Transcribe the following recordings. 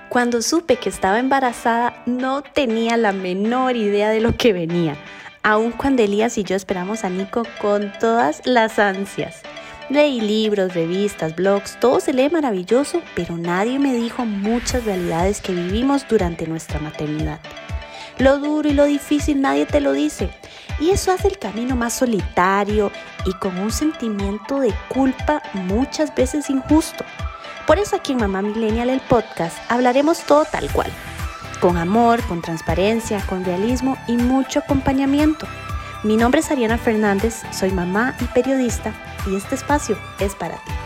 Cuando supe que estaba embarazada, no tenía la menor idea de lo que venía, aun cuando Elías y yo esperamos a Nico con todas las ansias. Leí libros, revistas, blogs, todo se lee maravilloso, pero nadie me dijo muchas realidades que vivimos durante nuestra maternidad. Lo duro y lo difícil nadie te lo dice, y eso hace el camino más solitario y con un sentimiento de culpa muchas veces injusto. Por eso aquí en Mamá Millennial, el podcast, hablaremos todo tal cual, con amor, con transparencia, con realismo y mucho acompañamiento. Mi nombre es Ariana Fernández, soy mamá y periodista y este espacio es para ti.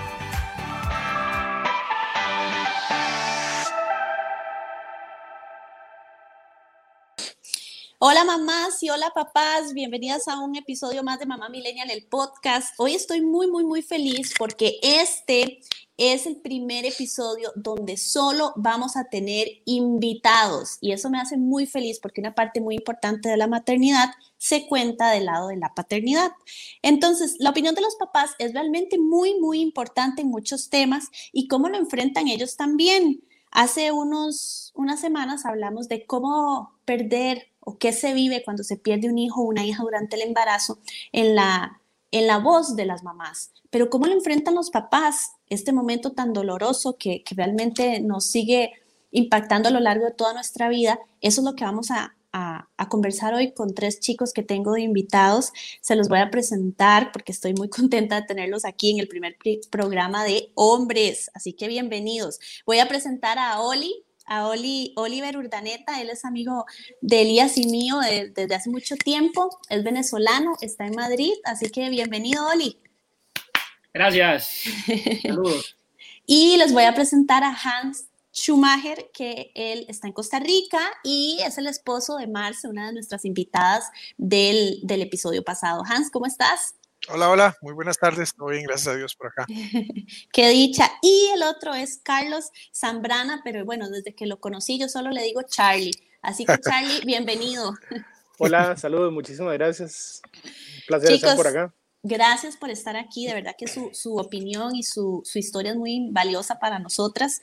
Hola mamás y hola papás, bienvenidas a un episodio más de Mamá Millennial, el podcast. Hoy estoy muy feliz porque este es el primer episodio donde solo vamos a tener invitados y eso me hace muy feliz porque una parte muy importante de la maternidad se cuenta del lado de la paternidad. Entonces, la opinión de los papás es realmente muy importante en muchos temas y cómo lo enfrentan ellos también. Hace unas semanas hablamos de cómo perder o qué se vive cuando se pierde un hijo o una hija durante el embarazo en la voz de las mamás, pero cómo lo enfrentan los papás, este momento tan doloroso que realmente nos sigue impactando a lo largo de toda nuestra vida. Eso es lo que vamos a conversar hoy con 3 chicos que tengo de invitados. Se los voy a presentar porque estoy muy contenta de tenerlos aquí en el primer programa de hombres, así que bienvenidos. Voy a presentar a Oliver Urdaneta. Él es amigo de Elías y mío desde hace mucho tiempo, es venezolano, está en Madrid, así que bienvenido, Oli. Gracias, saludos. Y les voy a presentar a Hans Schumacher, que él está en Costa Rica y es el esposo de Marce, una de nuestras invitadas del episodio pasado. Hans, ¿cómo estás? Hola, muy buenas tardes, todo bien, gracias a Dios por acá. Qué dicha. Y el otro es Carlos Zambrana, pero bueno, desde que lo conocí yo solo le digo Charlie. Así que Charlie, bienvenido. Hola, saludos, muchísimas gracias. Un placer estar por acá. Gracias por estar aquí, de verdad que su opinión y su historia es muy valiosa para nosotras.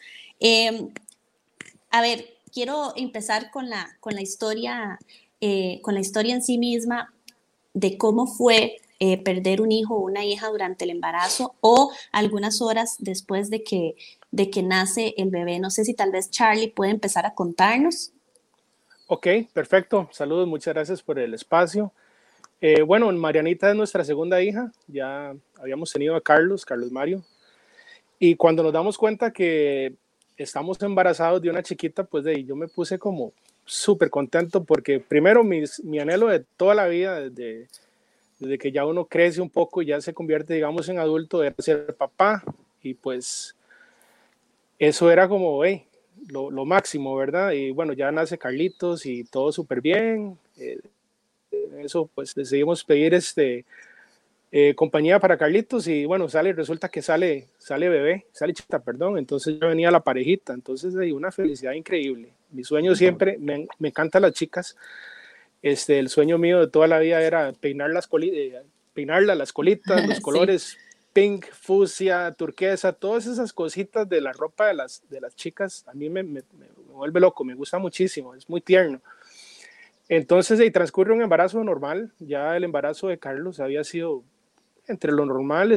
A ver, quiero empezar con la historia en sí misma de cómo fue perder un hijo o una hija durante el embarazo o algunas horas después de que nace el bebé. No sé si tal vez Charlie puede empezar a contarnos. Ok, perfecto. Saludos, muchas gracias por el espacio. Bueno, Marianita es nuestra segunda hija. Ya habíamos tenido a Carlos Mario. Y cuando nos damos cuenta que estamos embarazados de una chiquita, pues yo me puse como súper contento porque primero mi anhelo de toda la vida, desde que ya uno crece un poco y ya se convierte, digamos, en adulto, era ser papá. Y pues eso era como, lo máximo, ¿verdad? Y bueno, ya nace Carlitos y todo súper bien. Eso pues decidimos pedir compañía para Carlitos y bueno, resulta que sale chita, perdón. Entonces ya venía la parejita. Entonces hay una felicidad increíble. Mi sueño siempre, me encantan las chicas. El sueño mío de toda la vida era peinarlas, las colitas, los colores pink, fucsia, turquesa, todas esas cositas de la ropa de las chicas. A mí me vuelve loco, me gusta muchísimo, es muy tierno. Entonces, transcurre un embarazo normal. Ya el embarazo de Carlos había sido entre lo normal,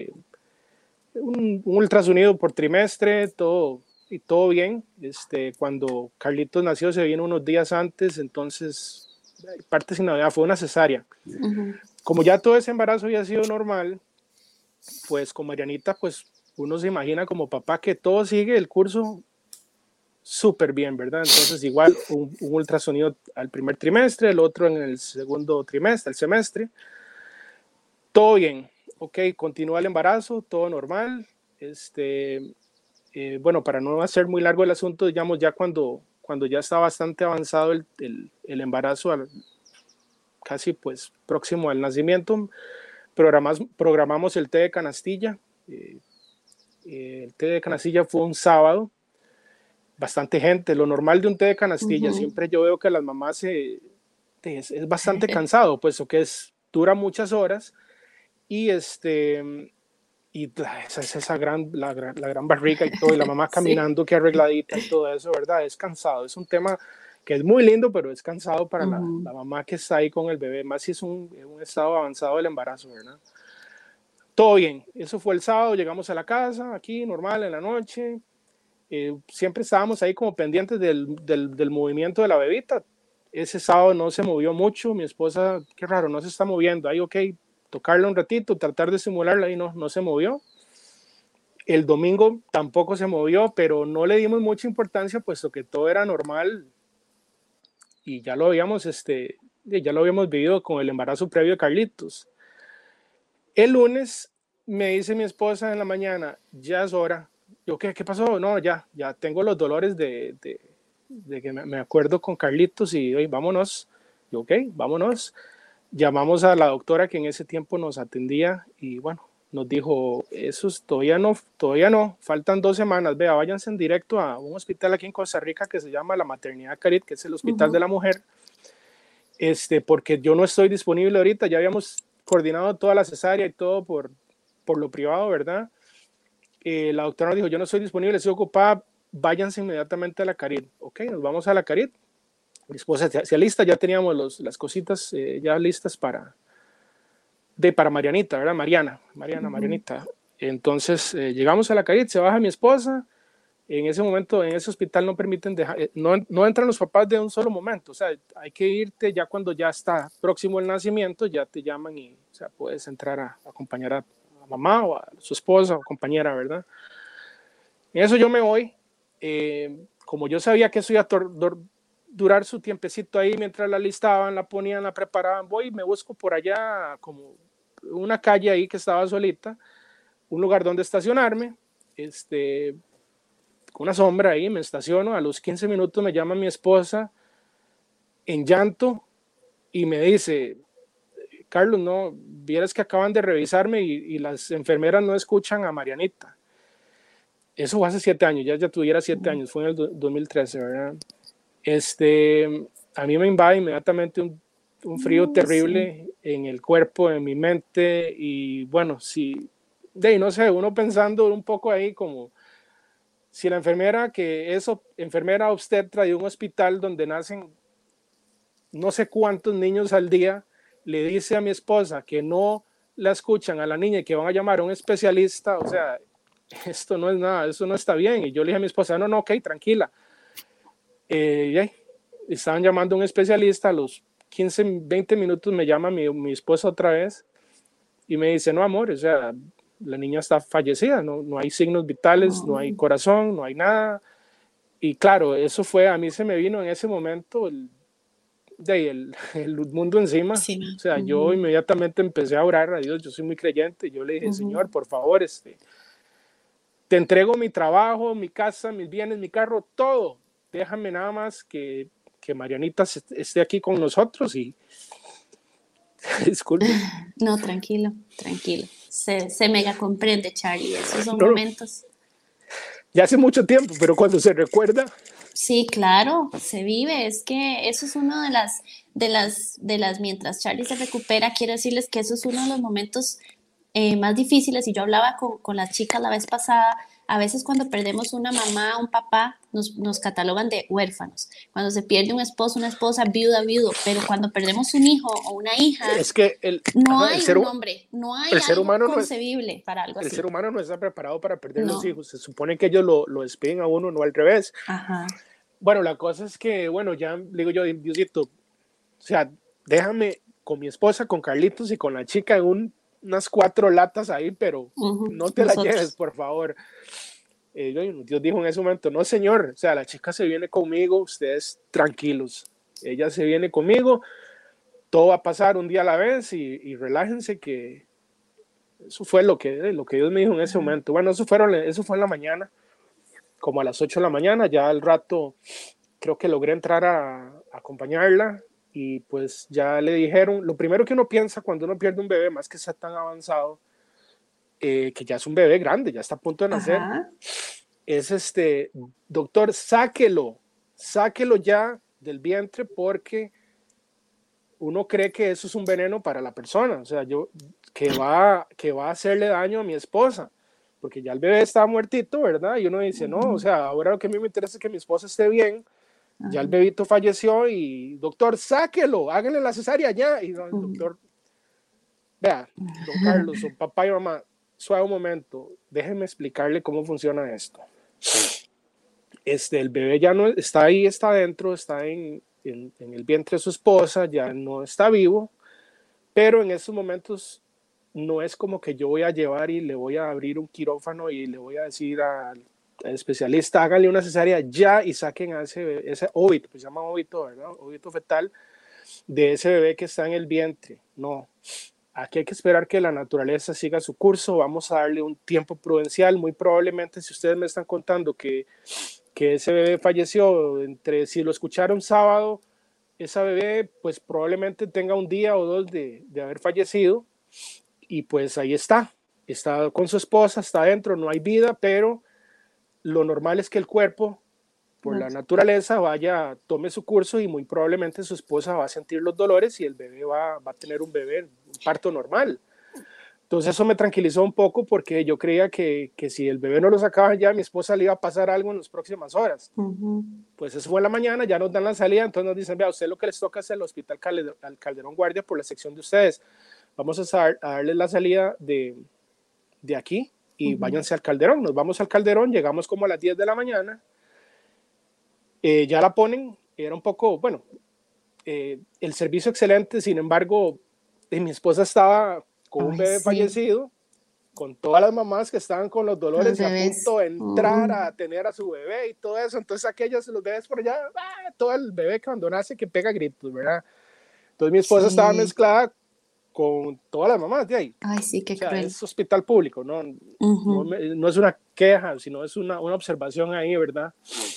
un ultrasonido por trimestre, todo bien. Cuando Carlitos nació se vino unos días antes, entonces parte sin novedad, fue una cesárea. Uh-huh. Como ya todo ese embarazo había sido normal, pues con Marianita, pues uno se imagina como papá que todo sigue el curso súper bien, ¿verdad? Entonces igual un ultrasonido al primer trimestre, el otro en el segundo trimestre, el semestre, todo bien. Ok, continúa el embarazo, todo normal. Bueno, para no hacer muy largo el asunto, digamos, ya cuando ya está bastante avanzado el embarazo, casi pues próximo al nacimiento, programamos el té de canastilla. El té de canastilla fue un sábado, bastante gente. Lo normal de un té de canastilla, uh-huh. Siempre yo veo que las mamás es bastante cansado, pues, o que dura muchas horas. Y esa la gran barriga y todo, y la mamá caminando que arregladita y todo eso, ¿verdad? Es cansado, es un tema que es muy lindo, pero es cansado para la mamá que está ahí con el bebé, más si es un estado avanzado del embarazo, ¿verdad? Todo bien, eso fue el sábado, llegamos a la casa, aquí, normal, en la noche, siempre estábamos ahí como pendientes del movimiento de la bebita. Ese sábado no se movió mucho, mi esposa, qué raro, no se está moviendo, ahí ok, tocarla un ratito, tratar de simularla y no se movió. El domingo tampoco se movió, pero no le dimos mucha importancia puesto que todo era normal y ya lo habíamos vivido con el embarazo previo de Carlitos. El lunes me dice mi esposa en la mañana, ya es hora. Yo, ¿qué pasó? No, ya tengo los dolores de que me acuerdo con Carlitos y oye, vámonos. Yo, ok, vámonos. Llamamos a la doctora que en ese tiempo nos atendía y bueno, nos dijo, eso todavía no, faltan 2 semanas, vea, váyanse en directo a un hospital aquí en Costa Rica que se llama la Maternidad Carit, que es el hospital de la mujer, porque yo no estoy disponible ahorita, ya habíamos coordinado toda la cesárea y todo por lo privado, ¿verdad? La doctora nos dijo, yo no estoy disponible, estoy ocupada, váyanse inmediatamente a la Carit. Ok, nos vamos a la Carit. Mi esposa se alista, ya teníamos las cositas ya listas para Marianita, ¿verdad? Marianita. Entonces llegamos a la Carit, se baja mi esposa. En ese momento, en ese hospital no permiten dejar, no entran los papás de un solo momento, o sea, hay que irte ya cuando ya está próximo el nacimiento, ya te llaman y, o sea, puedes entrar a acompañar a mamá o a su esposa o compañera, ¿verdad? En eso yo me voy, como yo sabía que eso iba a durar su tiempecito ahí mientras la listaban, la ponían, la preparaban, voy y me busco por allá como una calle ahí que estaba solita, un lugar donde estacionarme, con una sombra ahí, me estaciono, a los 15 minutos me llama mi esposa en llanto y me dice, Carlos, no, vieras que acaban de revisarme y las enfermeras no escuchan a Marianita. Eso fue hace 7 años, ya tuviera 7 años, fue en el 2013, ¿verdad? A mí me invade inmediatamente un frío terrible en el cuerpo, en mi mente y bueno, sí, no sé, uno pensando un poco ahí como si la enfermera que es enfermera obstetra de un hospital donde nacen no sé cuántos niños al día, le dice a mi esposa que no la escuchan a la niña y que van a llamar a un especialista, o sea, esto no es nada, eso no está bien. Y yo le dije a mi esposa, no, ok, tranquila. Estaban llamando a un especialista, a los 15, 20 minutos me llama mi esposa otra vez y me dice, no, amor, o sea, la niña está fallecida, no hay signos vitales, no hay corazón, no hay nada. Y claro, eso fue, a mí se me vino en ese momento el mundo encima. Sí. O sea, yo inmediatamente empecé a orar a Dios, yo soy muy creyente, yo le dije, Señor, por favor, te entrego mi trabajo, mi casa, mis bienes, mi carro, todo. Déjame nada más que Marianita esté aquí con nosotros y disculpe. No, tranquilo. Se mega comprende, Charlie, esos son momentos. Ya hace mucho tiempo, pero cuando se recuerda. Sí, claro, se vive. Es que eso es uno de las, mientras Charlie se recupera, quiero decirles que eso es uno de los momentos más difíciles. Y yo hablaba con las chicas la vez pasada, a veces cuando perdemos una mamá, un papá, nos catalogan de huérfanos. Cuando se pierde un esposo, una esposa, viuda, viudo. Pero cuando perdemos un hijo o una hija, es que no hay un nombre, no hay algo concebible para algo así. El ser humano no está preparado para perder los hijos. Se supone que ellos lo despiden a uno, no al revés. Ajá. Bueno, la cosa es que, bueno, ya digo yo, Diosito, o sea, déjame con mi esposa, con Carlitos y con la chica en unas 4 latas ahí, pero no te la lleves, por favor. Dios dijo en ese momento, no, señor, o sea, la chica se viene conmigo, ustedes tranquilos, ella se viene conmigo, todo va a pasar un día a la vez y relájense, que eso fue lo que Dios me dijo en ese momento. Bueno, eso fue en la mañana, como a las 8 de la mañana, ya al rato creo que logré entrar a acompañarla y pues ya le dijeron, lo primero que uno piensa cuando uno pierde un bebé, más que sea tan avanzado, que ya es un bebé grande, ya está a punto de nacer, es doctor, sáquelo ya del vientre porque uno cree que eso es un veneno para la persona, o sea, que va a hacerle daño a mi esposa. porque ya el bebé estaba muertito, ¿verdad? Y uno dice, no, o sea, ahora lo que a mí me interesa es que mi esposa esté bien, ya el bebito falleció y, doctor, sáquelo, háganle la cesárea ya. Y el doctor, vea, don Carlos, o papá y mamá, suave un momento, déjenme explicarle cómo funciona esto. El bebé ya no está ahí, está adentro, está en el vientre de su esposa, ya no está vivo, pero en estos momentos no es como que yo voy a llevar y le voy a abrir un quirófano y le voy a decir al especialista, háganle una cesárea ya y saquen a ese óbito, pues se llama óbito, ¿verdad? Óbito fetal de ese bebé que está en el vientre. No, aquí hay que esperar que la naturaleza siga su curso, vamos a darle un tiempo prudencial. Muy probablemente, si ustedes me están contando que ese bebé falleció, si lo escucharon sábado, esa bebé pues probablemente tenga un día o dos de haber fallecido, y pues ahí está con su esposa, está adentro, no hay vida, pero lo normal es que el cuerpo, por la naturaleza, tome su curso, y muy probablemente su esposa va a sentir los dolores y el bebé va a tener un parto normal. Entonces eso me tranquilizó un poco, porque yo creía que si el bebé no lo sacaba ya, a mi esposa le iba a pasar algo en las próximas horas. Pues eso fue en la mañana, ya nos dan la salida, entonces nos dicen, vea, usted lo que les toca es el hospital Calderón Guardia por la sección de ustedes. Vamos a darles la salida de aquí y váyanse al Calderón. Nos vamos al Calderón, llegamos como a las 10 de la mañana, ya la ponen, era un poco, bueno, el servicio excelente, sin embargo, mi esposa estaba con un bebé fallecido, con todas las mamás que estaban con los dolores y a punto de entrar a tener a su bebé y todo eso. Entonces aquellos, los bebés por allá, todo el bebé cuando nace que pega gritos, ¿verdad? Entonces mi esposa estaba mezclada con todas las mamás de ahí. Ay, sí, qué cruel. Es hospital público, ¿no? No es una queja, sino es una observación ahí, ¿verdad?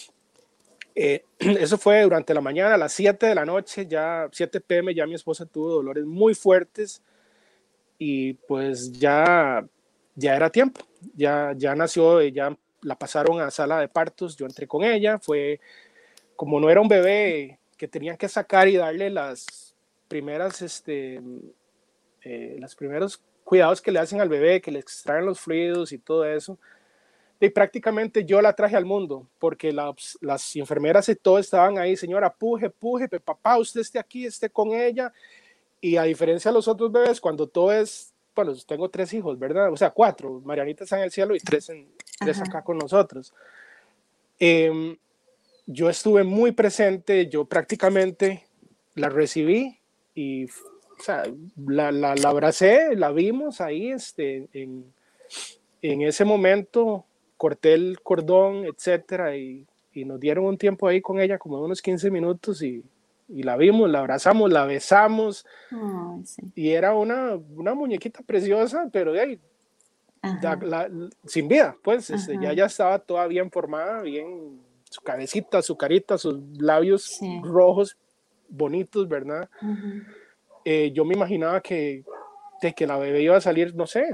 Eso fue durante la mañana, a las 7 de la noche, ya 7 p.m., ya mi esposa tuvo dolores muy fuertes, y pues ya era tiempo, ya nació, ya la pasaron a sala de partos, yo entré con ella, como no era un bebé que tenían que sacar y darle los primeros cuidados que le hacen al bebé, que le extraen los fluidos y todo eso, y prácticamente yo la traje al mundo, porque las enfermeras y todo estaban ahí, señora, puje, papá, usted esté aquí, esté con ella. Y a diferencia de los otros bebés, cuando todo es, bueno, tengo 3 hijos, ¿verdad? O sea, 4, Marianita está en el cielo y 3 acá con nosotros. Yo estuve muy presente, yo prácticamente la recibí y, o sea, la abracé, la vimos ahí, en ese momento corté el cordón, etcétera, y nos dieron un tiempo ahí con ella, como unos 15 minutos, y la vimos, la abrazamos, la besamos. Oh, sí. Y era una muñequita preciosa, pero de ahí, sin vida, pues ya estaba toda bien formada, bien, su cabecita, su carita, sus labios rojos, bonitos, ¿verdad? Yo me imaginaba que la bebé iba a salir, no sé,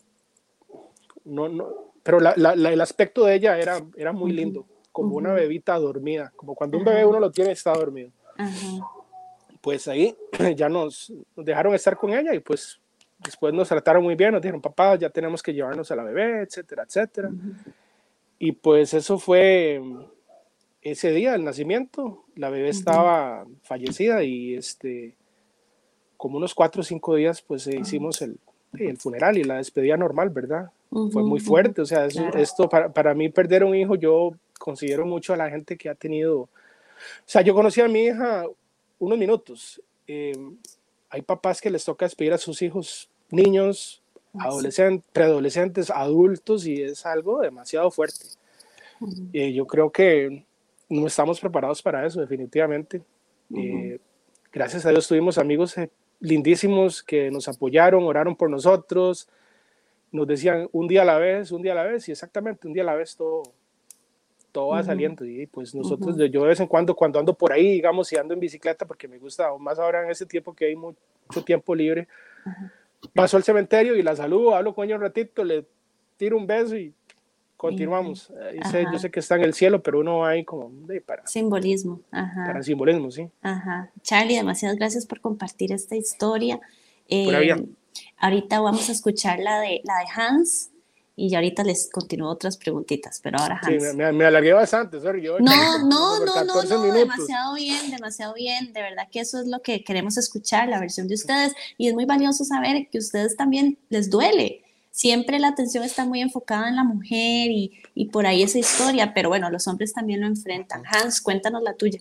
pero el aspecto de ella era muy lindo, como una bebita dormida, como cuando un bebé uno lo tiene está dormido. Pues ahí ya nos dejaron estar con ella, y pues después nos trataron muy bien, nos dijeron, papá, ya tenemos que llevarnos a la bebé, etcétera, etcétera. Y pues eso fue ese día del nacimiento. La bebé estaba fallecida, y como unos 4 o 5 días pues hicimos el funeral y la despedida normal, ¿verdad? Fue muy fuerte, o sea, esto para mí, perder un hijo, yo considero mucho a la gente que ha tenido, o sea, yo conocí a mi hija unos minutos. Hay papás que les toca despedir a sus hijos, niños, adolescentes, preadolescentes, adultos, y es algo demasiado fuerte. Yo creo que no estamos preparados para eso, definitivamente. Gracias a Dios tuvimos amigos lindísimos que nos apoyaron, oraron por nosotros, nos decían un día a la vez, y exactamente un día a la vez todo va saliendo. Y pues nosotros, yo de vez en cuando ando por ahí, digamos, y ando en bicicleta, porque me gusta, más ahora en ese tiempo que hay mucho tiempo libre, paso al cementerio y la saludo, hablo con ella un ratito, le tiro un beso y continuamos. Yo sé que está en el cielo, pero uno va ahí como para simbolismo. Para simbolismo, sí. Charlie, demasiadas gracias por compartir esta historia. Por ahí. Ahorita vamos a escuchar la de Hans. y ya ahorita les continúo otras preguntitas, pero ahora Sí, Hans. me alargué bastante, sorry, yo No, como no, por no, no, 14 no, minutos. demasiado bien, de verdad que eso es lo que queremos escuchar, la versión de ustedes, y es muy valioso saber que a ustedes también les duele. Siempre la atención está muy enfocada en la mujer y por ahí esa historia, pero bueno, los hombres también lo enfrentan. Hans, cuéntanos la tuya.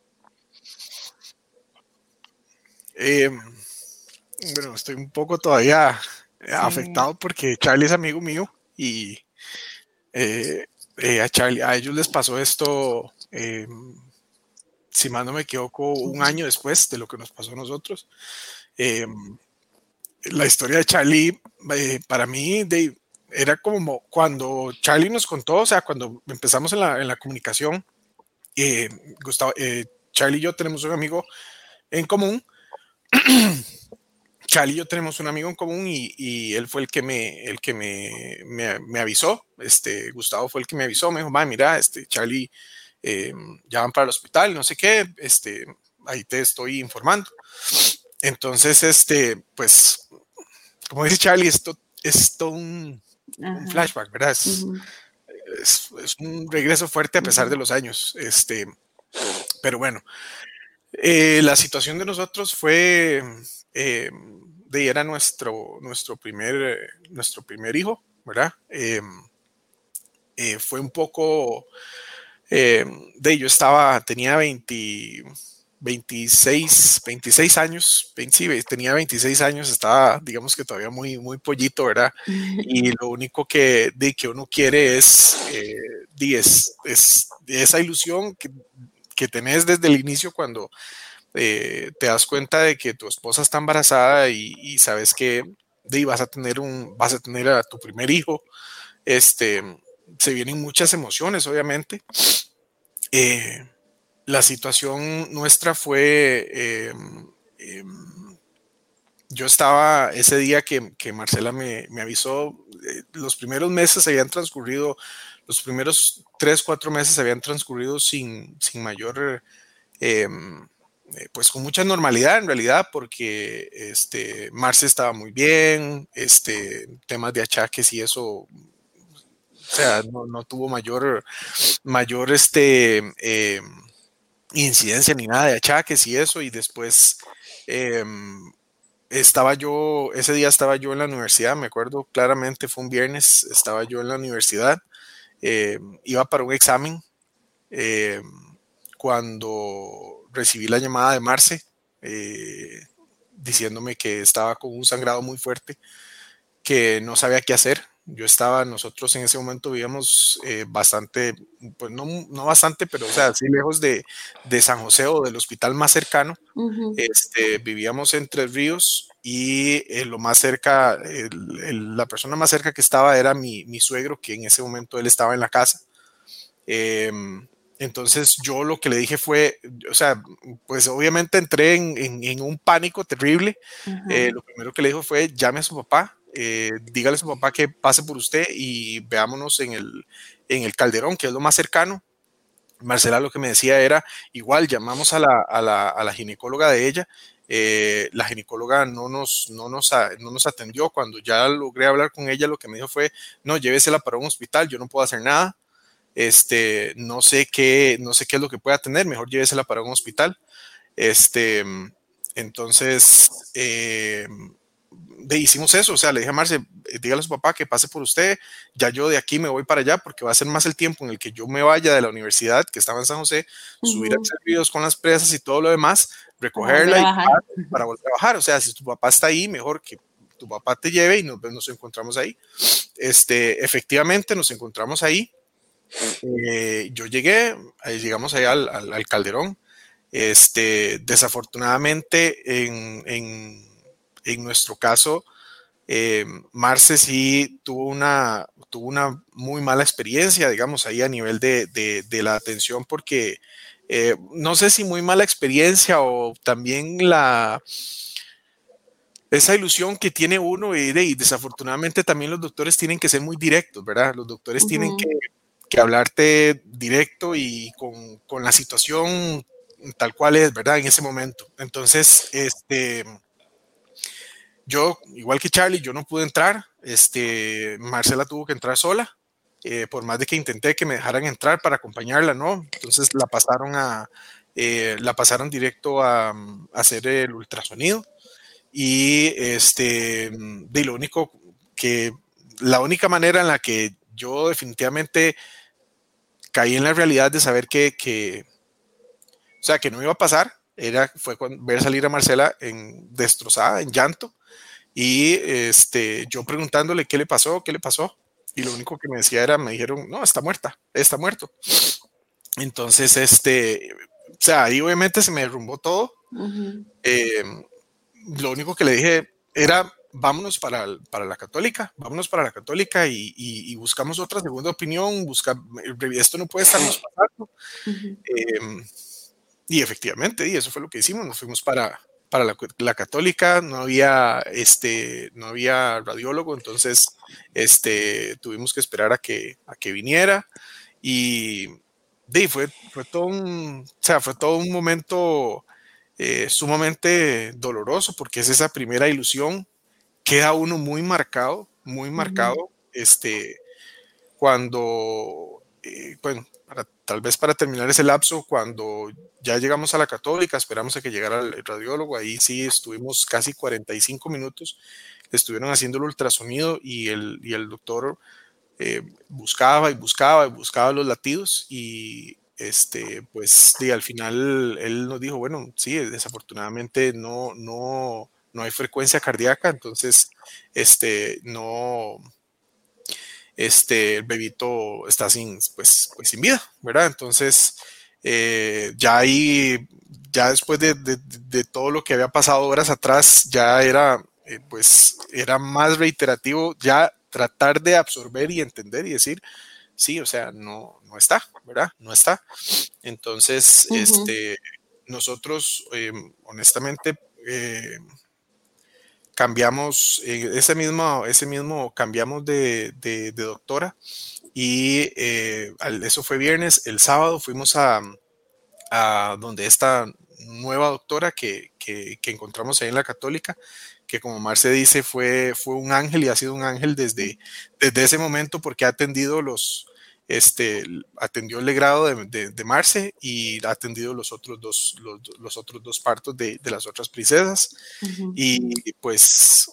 Eh, bueno, estoy un poco todavía Sí. afectado porque Charlie es amigo mío y eh, a ellos les pasó esto, si mal no me equivoco, un año después de lo que nos pasó a nosotros. Eh, la historia de Charlie, para mí, era como cuando Charlie nos contó, o sea, cuando empezamos en la comunicación, eh, Gustavo, Charlie y yo tenemos un amigo en común. Charlie y yo tenemos un amigo en común y él fue el que me avisó. Gustavo fue el que me avisó. Me dijo, mira, Charlie, ya van para el hospital, no sé qué, ahí te estoy informando. Entonces, pues, como dice Charlie, esto es todo un Ajá. flashback, ¿verdad? Ujú, Es un regreso fuerte a pesar de ujú. los años. Pero bueno, la situación de nosotros fue, era nuestro primer hijo, ¿verdad? Fue un poco, tenía 26 añes, sí, tenía 26 años, estaba, digamos que todavía muy, muy pollito, ¿verdad? Y lo único que uno quiere es esa ilusión que tenés desde el inicio cuando te das cuenta de que tu esposa está embarazada y sabes que vas a tener a tu primer hijo. este, Se vienen muchas emociones, obviamente. Eh, la situación nuestra fue, eh, yo estaba ese día que Marcela me avisó, los primeros meses habían transcurrido, los primeros 3, 4 meses habían transcurrido sin mayor, eh, pues con mucha normalidad en realidad, porque Marce estaba muy bien, temas de achaques y eso, o sea, no tuvo mayor incidencia ni nada de achaques y eso, y después eh, ese día estaba yo en la universidad, me acuerdo claramente, fue un viernes, estaba yo en la universidad, iba para un examen, eh, cuando recibí la llamada de Marce, diciéndome que estaba con un sangrado muy fuerte, que no sabía qué hacer. Nosotros en ese momento vivíamos bastante, pues no bastante, pero o sea, sí lejos de San José o del hospital más cercano. Ujú. Vivíamos en Tres Ríos y lo más cerca, la persona más cerca que estaba era mi suegro, que en ese momento él estaba en la casa. Entonces yo lo que le dije fue, o sea, pues obviamente entré en un pánico terrible. Ajá. Lo primero que le dijo fue, llame a su papá, dígale a su papá que pase por usted y veámonos en el Calderón, que es lo más cercano. Marcela lo que me decía era, igual llamamos a la ginecóloga de ella. La ginecóloga no nos atendió. Cuando ya logré hablar con ella, lo que me dijo fue, no, llévesela para un hospital, yo no puedo hacer nada. No sé qué es lo que pueda tener, mejor llévesela para un hospital. Este, entonces, hicimos eso, o sea, le dije a Marce, dígale a su papá que pase por usted, ya yo de aquí me voy para allá porque va a ser más el tiempo en el que yo me vaya de la universidad, que estaba en San José, subir a Ujú. hacer videos con las presas y todo lo demás, Para volver recogerla a y bajar. para volver a bajar. O sea, si tu papá está ahí, mejor que tu papá te lleve y nos encontramos ahí. Efectivamente, nos encontramos ahí. Yo llegué, llegamos allá al Calderón. Desafortunadamente, en nuestro caso, Marce sí tuvo una muy mala experiencia, digamos, ahí a nivel de la atención, porque no sé si muy mala experiencia o también esa ilusión que tiene uno y desafortunadamente también los doctores tienen que ser muy directos, ¿verdad? Los doctores tienen Ujú. que hablarte directo y con la situación tal cual es, ¿verdad? En ese momento. Entonces, yo, igual que Charlie, yo no pude entrar. Marcela tuvo que entrar sola, por más de que intenté que me dejaran entrar para acompañarla, ¿no? Entonces la pasaron directo a hacer el ultrasonido y de lo único la única manera en la que yo definitivamente caí en la realidad de saber que no iba a pasar, fue ver salir a Marcela destrozada, en llanto, y yo preguntándole qué le pasó, y lo único que me dijeron, no, está muerto. Entonces, ahí obviamente se me derrumbó todo. Uh-huh. Lo único que le dije era, vámonos para la Católica y buscamos otra segunda opinión, esto no puede estarnos pasando. Uh-huh. Y efectivamente, y eso fue lo que hicimos, nos fuimos para la Católica, no había radiólogo, entonces tuvimos que esperar a que viniera, y fue todo un momento sumamente doloroso, porque es esa primera ilusión, queda uno muy marcado, cuando, bueno, tal vez para terminar ese lapso, cuando ya llegamos a la Católica, esperamos a que llegara el radiólogo, ahí sí estuvimos casi 45 minutos, estuvieron haciendo el ultrasonido y el doctor buscaba los latidos, y pues al final él nos dijo, bueno, sí, desafortunadamente no hay frecuencia cardíaca, entonces el bebito está sin vida, ¿verdad? Entonces ya después de todo lo que había pasado horas atrás, ya era más reiterativo ya tratar de absorber y entender y decir, sí, o sea, no está, ¿verdad? No está. Entonces, Uh-huh. nosotros, honestamente, cambiamos, ese mismo cambiamos de doctora, y eso fue viernes. El sábado fuimos a donde esta nueva doctora que encontramos ahí en la Católica, que como Marce dice, fue un ángel, y ha sido un ángel desde ese momento, porque ha atendido atendió el legrado de Marce, y ha atendido los otros dos partos de las otras princesas. Uh-huh. Y pues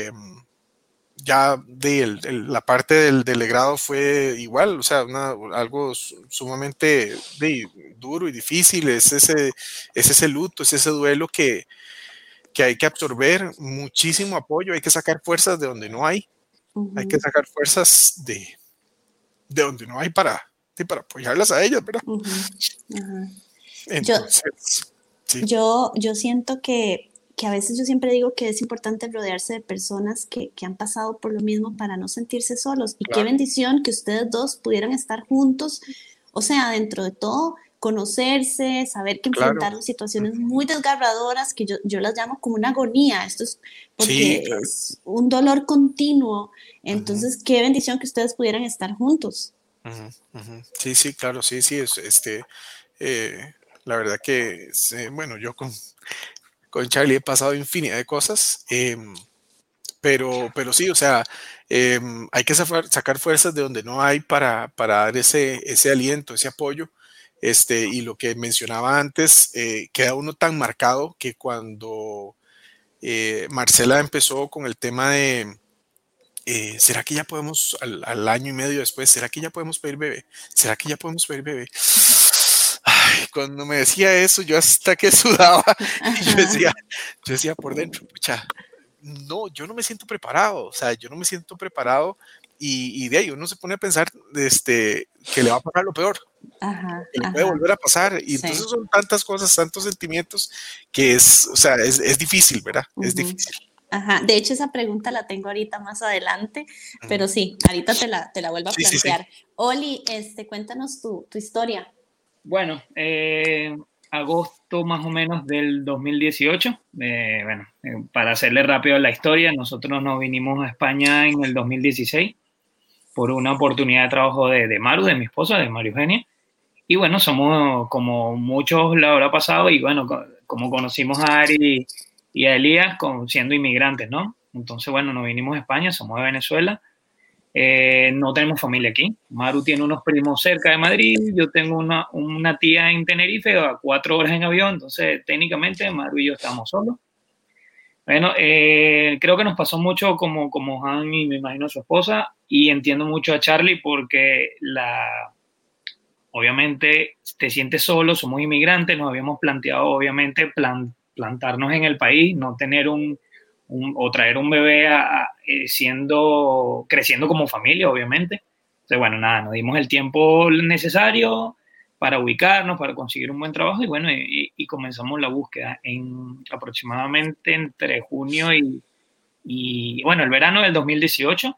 ya la parte del legrado fue igual, o sea, algo sumamente duro y difícil. Es ese luto, es ese duelo que hay que absorber, muchísimo apoyo, hay que sacar fuerzas de donde no hay, Uh-huh. hay que sacar fuerzas de donde no hay para apoyarlas a ellas, ¿verdad? Uh-huh. Uh-huh. Entonces, sí. Yo siento que a veces yo siempre digo que es importante rodearse de personas que han pasado por lo mismo para no sentirse solos. Y qué Claro. bendición que ustedes dos pudieran estar juntos, o sea, dentro de todo, conocerse, saber que enfrentaron situaciones muy desgarradoras, que yo las llamo como una agonía. Esto es porque Sí, claro. es un dolor continuo. Entonces, qué bendición que ustedes pudieran estar juntos. Sí, claro, sí, la verdad que, bueno, yo con Charlie he pasado infinidad de cosas, pero sí, o sea, hay que sacar fuerzas de donde no hay para dar ese aliento, ese apoyo, y lo que mencionaba antes, queda uno tan marcado que cuando Marcela empezó con el tema de ¿será que ya podemos, al año y medio después, será que ya podemos pedir bebé? ¿Será que ya podemos pedir bebé? Ay, cuando me decía eso, yo hasta que sudaba, yo decía por dentro, pucha, no, yo no me siento preparado, o sea, yo no me siento preparado, y de ahí uno se pone a pensar que le va a pasar lo peor, que le puede volver a pasar, y entonces son tantas cosas, tantos sentimientos, que o sea, es difícil, ¿verdad? Es difícil. Ajá, de hecho esa pregunta la tengo ahorita más adelante, pero sí, ahorita te la vuelvo a plantear. Sí. Oli, cuéntanos tu historia. Bueno, agosto más o menos del 2018, para hacerle rápido la historia, nosotros nos vinimos a España en el 2016 por una oportunidad de trabajo de Maru, de mi esposa, de María Eugenia, y bueno, somos como muchos lo habrá pasado, y bueno, como conocimos a Ari y a Elías siendo inmigrantes, ¿no? Entonces, bueno, nos vinimos a España, somos de Venezuela. No tenemos familia aquí. Maru tiene unos primos cerca de Madrid, yo tengo una tía en Tenerife a 4 horas en avión, entonces técnicamente Maru y yo estamos solos. Bueno, creo que nos pasó mucho como Han y me imagino su esposa, y entiendo mucho a Charlie porque obviamente te sientes solo, somos inmigrantes, nos habíamos planteado obviamente plantarnos en el país, no tener o traer un bebé creciendo como familia, obviamente. Entonces, bueno, nada, nos dimos el tiempo necesario para ubicarnos, para conseguir un buen trabajo, y bueno, y comenzamos la búsqueda aproximadamente entre junio bueno, el verano del 2018.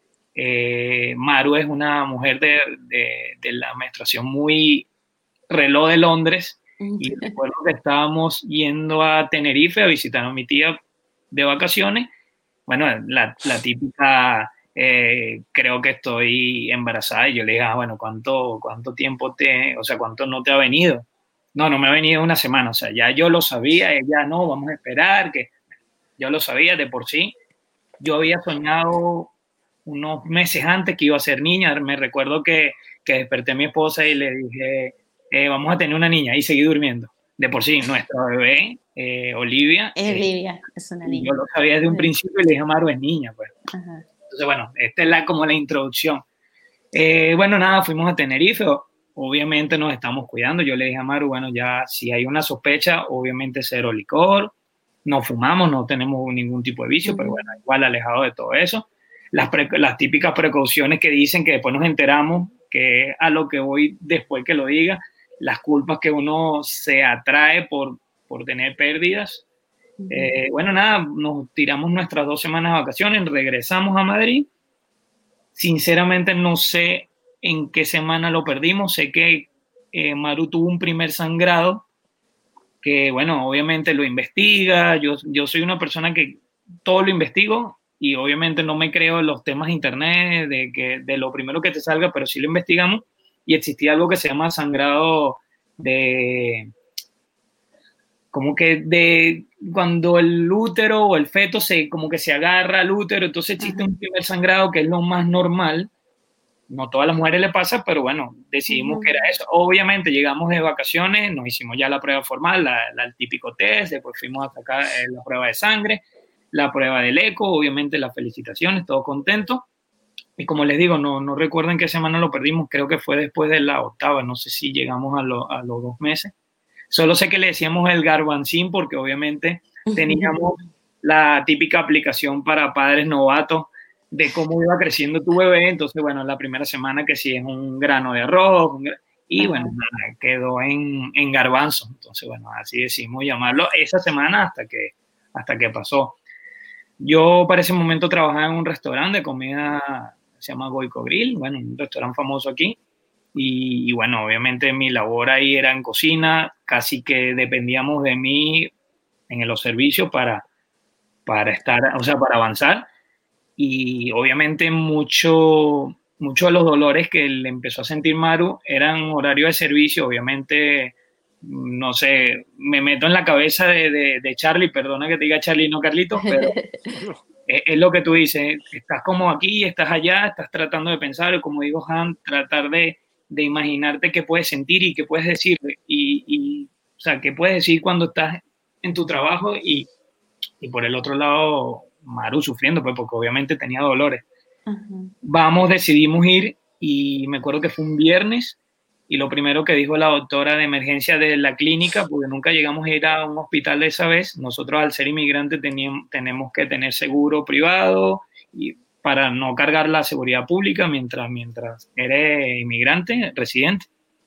Maru es una mujer de la menstruación muy reloj de Londres, y recuerdo que estábamos yendo a Tenerife a visitar a mi tía de vacaciones. Bueno, la típica, creo que estoy embarazada, y yo le dije, bueno, ¿cuánto tiempo o sea, cuánto no te ha venido? No me ha venido una semana, o sea, ya yo lo sabía, ella no, vamos a esperar, que yo lo sabía de por sí. Yo había soñado unos meses antes que iba a ser niña. Me recuerdo que desperté a mi esposa y le dije, vamos a tener una niña, y seguí durmiendo. De por sí, nuestra bebé, Olivia. Olivia, es una niña. Yo lo sabía desde un principio y le dije a Maru, es niña, pues. Ajá. Entonces, bueno, esta es como la introducción. Bueno, nada, fuimos a Tenerife. Obviamente nos estamos cuidando. Yo le dije a Maru, bueno, ya si hay una sospecha, obviamente cero licor, no fumamos, no tenemos ningún tipo de vicio, pero bueno, igual alejado de todo eso. Las típicas precauciones que dicen, que después nos enteramos, que a lo que voy después que lo diga, las culpas que uno se atrae por tener pérdidas. Bueno, nada, nos tiramos nuestras 2 semanas de vacaciones, regresamos a Madrid. Sinceramente no sé en qué semana lo perdimos. Sé que Maru tuvo un primer sangrado, que bueno, obviamente lo investiga. Yo soy una persona que todo lo investigo, y obviamente no me creo en los temas de internet de lo primero que te salga, pero sí lo investigamos, y existía algo que se llama sangrado como que de cuando el útero o el feto como que se agarra al útero, entonces existe un primer sangrado que es lo más normal. No todas las mujeres le pasa, pero bueno, decidimos que era eso. Obviamente llegamos de vacaciones, nos hicimos ya la prueba formal, el típico test, después fuimos a sacar la prueba de sangre, la prueba del eco, obviamente las felicitaciones, todos contentos. Y como les digo, no recuerdo en qué semana lo perdimos, creo que fue después de la 8ª, no sé si llegamos a los 2 meses. Solo sé que le decíamos el garbancín porque obviamente teníamos la típica aplicación para padres novatos de cómo iba creciendo tu bebé. Entonces, bueno, la primera semana que sí es un grano de arroz, y bueno, nada, quedó en garbanzo. Entonces, bueno, así decidimos llamarlo esa semana hasta que pasó. Yo para ese momento trabajaba en un restaurante de comida, se llama Goico Grill, bueno, un restaurante famoso aquí. Y bueno, obviamente mi labor ahí era en cocina, casi que dependíamos de mí en los servicios para estar, o sea, para avanzar. Y obviamente mucho de los dolores que le empezó a sentir Maru eran horario de servicio. Obviamente, no sé, me meto en la cabeza de Charlie, perdona que te diga Charlie, no Carlitos, pero es lo que tú dices, estás como aquí, estás allá, estás tratando de pensar, como digo Han, tratar de imaginarte qué puedes sentir y qué puedes decir, o sea, qué puedes decir cuando estás en tu trabajo, y por el otro lado, Maru sufriendo, pues, porque obviamente tenía dolores. Decidimos ir, y me acuerdo que fue un viernes, y lo primero que dijo la doctora de emergencia de la clínica, porque nunca llegamos a ir a un hospital de esa vez, nosotros al ser inmigrantes tenemos que tener seguro privado, y para no cargar la seguridad pública mientras eres inmigrante, residente.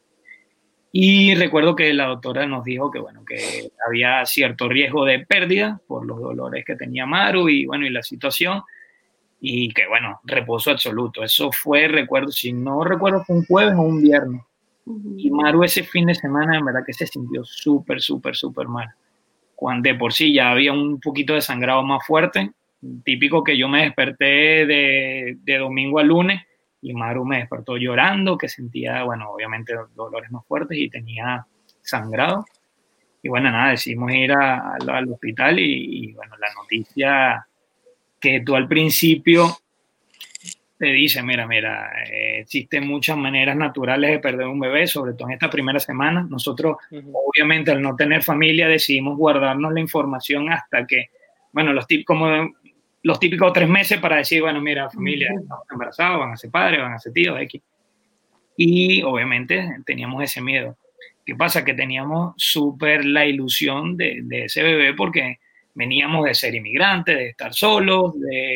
Y recuerdo que la doctora nos dijo que, bueno, que había cierto riesgo de pérdida por los dolores que tenía Maru, y bueno, y la situación, y que, bueno, reposo absoluto. Eso fue, recuerdo, si no recuerdo, fue un jueves o un viernes. Y Maru ese fin de semana, en verdad que se sintió súper, súper, súper mal. Cuando de por sí ya había un poquito de sangrado más fuerte, típico que yo me desperté de domingo a lunes, y Maru me despertó llorando, que sentía, bueno, obviamente dolores más fuertes y tenía sangrado. Y bueno, nada, decidimos ir al hospital, y bueno, la noticia que tú al principio te dices, mira, existen muchas maneras naturales de perder un bebé, sobre todo en esta primera semana. Nosotros, obviamente, al no tener familia, decidimos guardarnos la información hasta que, bueno, como los típicos 3 meses para decir, bueno, mira, familia, estamos embarazados, van a ser padres, van a ser tíos, X. Y obviamente teníamos ese miedo. ¿Qué pasa? Que teníamos súper la ilusión de ese bebé porque veníamos de ser inmigrantes, de estar solos,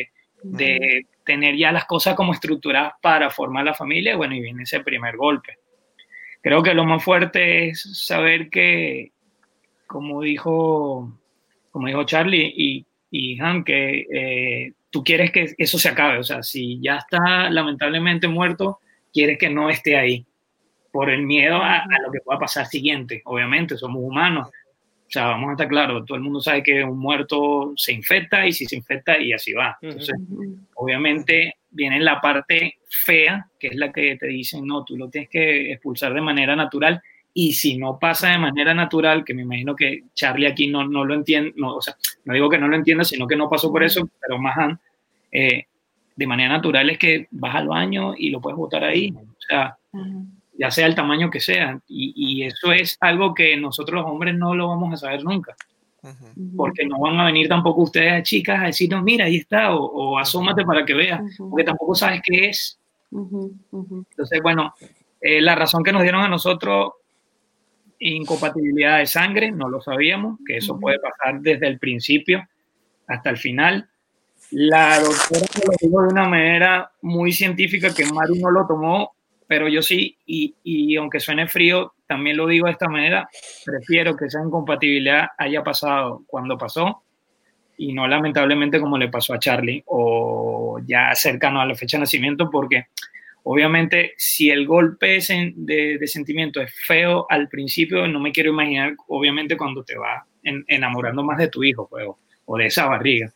de tener ya las cosas como estructuradas para formar la familia. Bueno, y viene ese primer golpe. Creo que lo más fuerte es saber que, como dijo Charlie y Han, que tú quieres que eso se acabe. O sea, si ya está lamentablemente muerto, quieres que no esté ahí por el miedo a lo que pueda pasar siguiente. Obviamente, somos humanos. O sea, vamos a estar claros, todo el mundo sabe que un muerto se infecta y si se infecta y así va. Entonces, obviamente viene la parte fea, que es la que te dicen, no, tú lo tienes que expulsar de manera natural y si no pasa de manera natural, que me imagino que Charlie aquí no lo entiende, no, o sea, no digo que no lo entienda, sino que no pasó por eso, pero más de manera natural es que vas al baño y lo puedes botar ahí. O sea, ya sea el tamaño que sea. Y eso es algo que nosotros los hombres no lo vamos a saber nunca. Porque no van a venir tampoco ustedes, chicas, a decirnos, mira, ahí está, o asómate para que veas, porque tampoco sabes qué es. Entonces, bueno, la razón que nos dieron a nosotros, incompatibilidad de sangre, no lo sabíamos, que eso puede pasar desde el principio hasta el final. La doctora lo dijo de una manera muy científica que Maru no lo tomó, pero yo sí, y aunque suene frío, también lo digo de esta manera, prefiero que esa incompatibilidad haya pasado cuando pasó y no lamentablemente como le pasó a Charlie o ya cercano a la fecha de nacimiento, porque obviamente si el golpe de sentimiento es feo al principio, no me quiero imaginar obviamente cuando te vas enamorando más de tu hijo pues, o de esa barriga.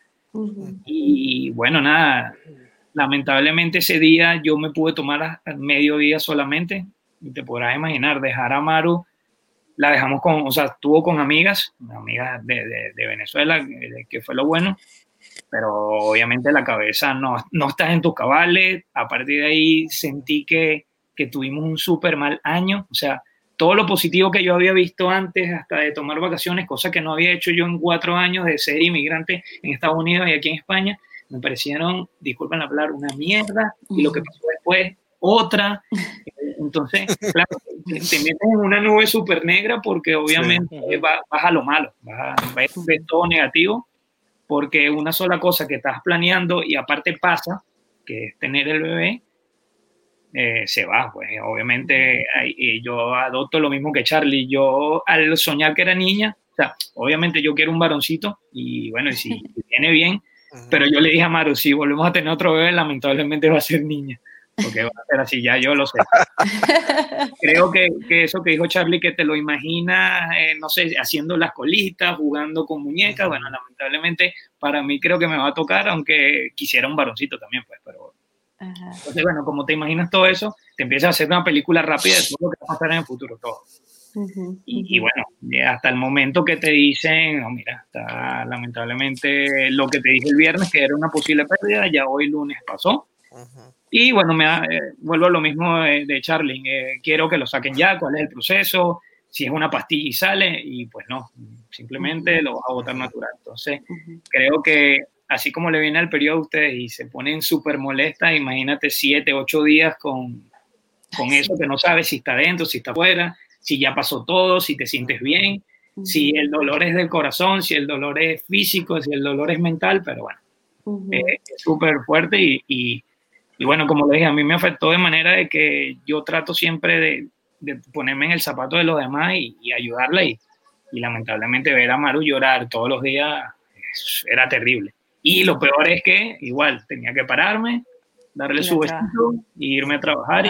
Y bueno, nada, lamentablemente ese día yo me pude tomar a mediodía solamente, y te podrás imaginar, dejar a Maru, la dejamos estuvo con amigas de Venezuela, que fue lo bueno, pero obviamente la cabeza no estás en tus cabales. A partir de ahí sentí que tuvimos un súper mal año, o sea, todo lo positivo que yo había visto antes, hasta de tomar vacaciones, cosa que no había hecho yo en 4 años de ser inmigrante en Estados Unidos y aquí en España, me parecieron, disculpen la palabra, una mierda, y lo que pasó después, otra. Entonces, claro, te metes en una nube súper negra porque obviamente vas a lo malo, vas a ver todo negativo, porque una sola cosa que estás planeando y aparte pasa, que es tener el bebé, se va, pues obviamente yo adopto lo mismo que Charlie. Yo al soñar que era niña, o sea, obviamente yo quiero un varoncito y bueno, y si viene bien, pero yo le dije a Maru, si volvemos a tener otro bebé, lamentablemente va a ser niña, porque va a ser así, ya yo lo sé. Creo que eso que dijo Charlie, que te lo imaginas, no sé, haciendo las colitas, jugando con muñecas, bueno, lamentablemente para mí creo que me va a tocar, aunque quisiera un varoncito también, pues, pero... Entonces, bueno, como te imaginas todo eso, te empiezas a hacer una película rápida de todo lo que va a pasar en el futuro, todo. Y bueno, hasta el momento que te dicen, no, mira, está lamentablemente lo que te dije el viernes, que era una posible pérdida, ya hoy lunes pasó. Y bueno, vuelvo a lo mismo de Charlie, quiero que lo saquen ya, cuál es el proceso, si es una pastilla y sale, y pues no, simplemente lo vas a botar natural. Entonces, creo que así como le viene al periodo a ustedes y se ponen súper molestas, imagínate 7, 8 días con eso que no sabes si está dentro, si está afuera, si ya pasó todo, si te sientes bien, si el dolor es del corazón, si el dolor es físico, si el dolor es mental, pero bueno, es súper fuerte y bueno, como le dije, a mí me afectó de manera de que yo trato siempre de ponerme en el zapato de los demás y ayudarla y lamentablemente ver a Maru llorar todos los días era terrible. Y lo peor es que igual tenía que pararme, darle su besito e irme a trabajar.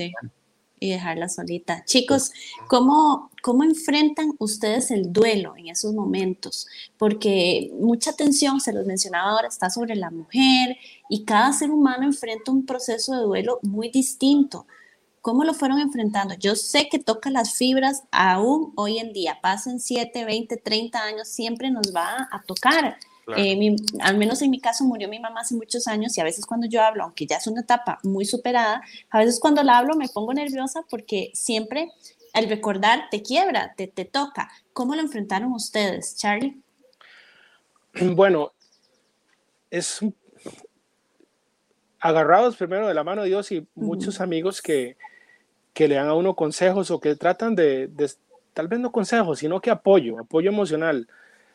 Y dejarla solita. Chicos, ¿cómo enfrentan ustedes el duelo en esos momentos? Porque mucha atención, se los mencionaba ahora, está sobre la mujer y cada ser humano enfrenta un proceso de duelo muy distinto. ¿Cómo lo fueron enfrentando? Yo sé que toca las fibras aún hoy en día, pasen 7, 20, 30 años, siempre nos va a tocar. Claro. Al menos en mi caso murió mi mamá hace muchos años y a veces cuando yo hablo, aunque ya es una etapa muy superada, a veces cuando la hablo me pongo nerviosa porque siempre el recordar te quiebra, te toca. ¿Cómo lo enfrentaron ustedes, Charlie? Bueno, es agarrados primero de la mano de Dios y muchos amigos que le dan a uno consejos o que tratan de tal vez no consejos, sino que apoyo emocional.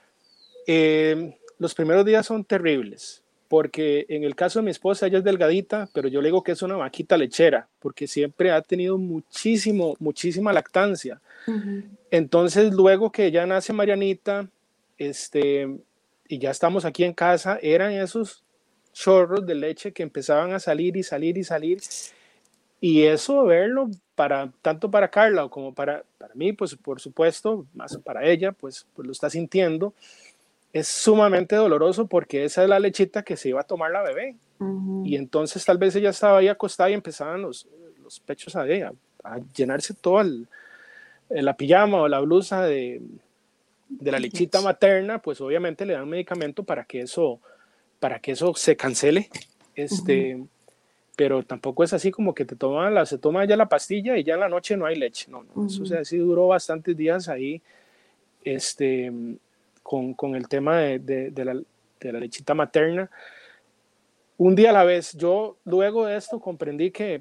Los primeros días son terribles, porque en el caso de mi esposa, ella es delgadita, pero yo le digo que es una vaquita lechera, porque siempre ha tenido muchísima lactancia. Entonces, luego que ya nace Marianita, y ya estamos aquí en casa, eran esos chorros de leche que empezaban a salir y salir y salir. Y eso, verlo, tanto para Carla como para mí, pues por supuesto, más para ella, pues lo está sintiendo. Es sumamente doloroso porque esa es la lechita que se iba a tomar la bebé. Y entonces tal vez ella estaba ahí acostada y empezaban los pechos a llenarse toda la pijama o la blusa de la lechita materna. Pues obviamente le dan medicamento para que eso se cancele. Pero tampoco es así como que se toma ya la pastilla y ya en la noche no hay leche. No. Eso sí duró bastantes días ahí con el tema de la lechita materna. Un día a la vez. Yo luego de esto comprendí que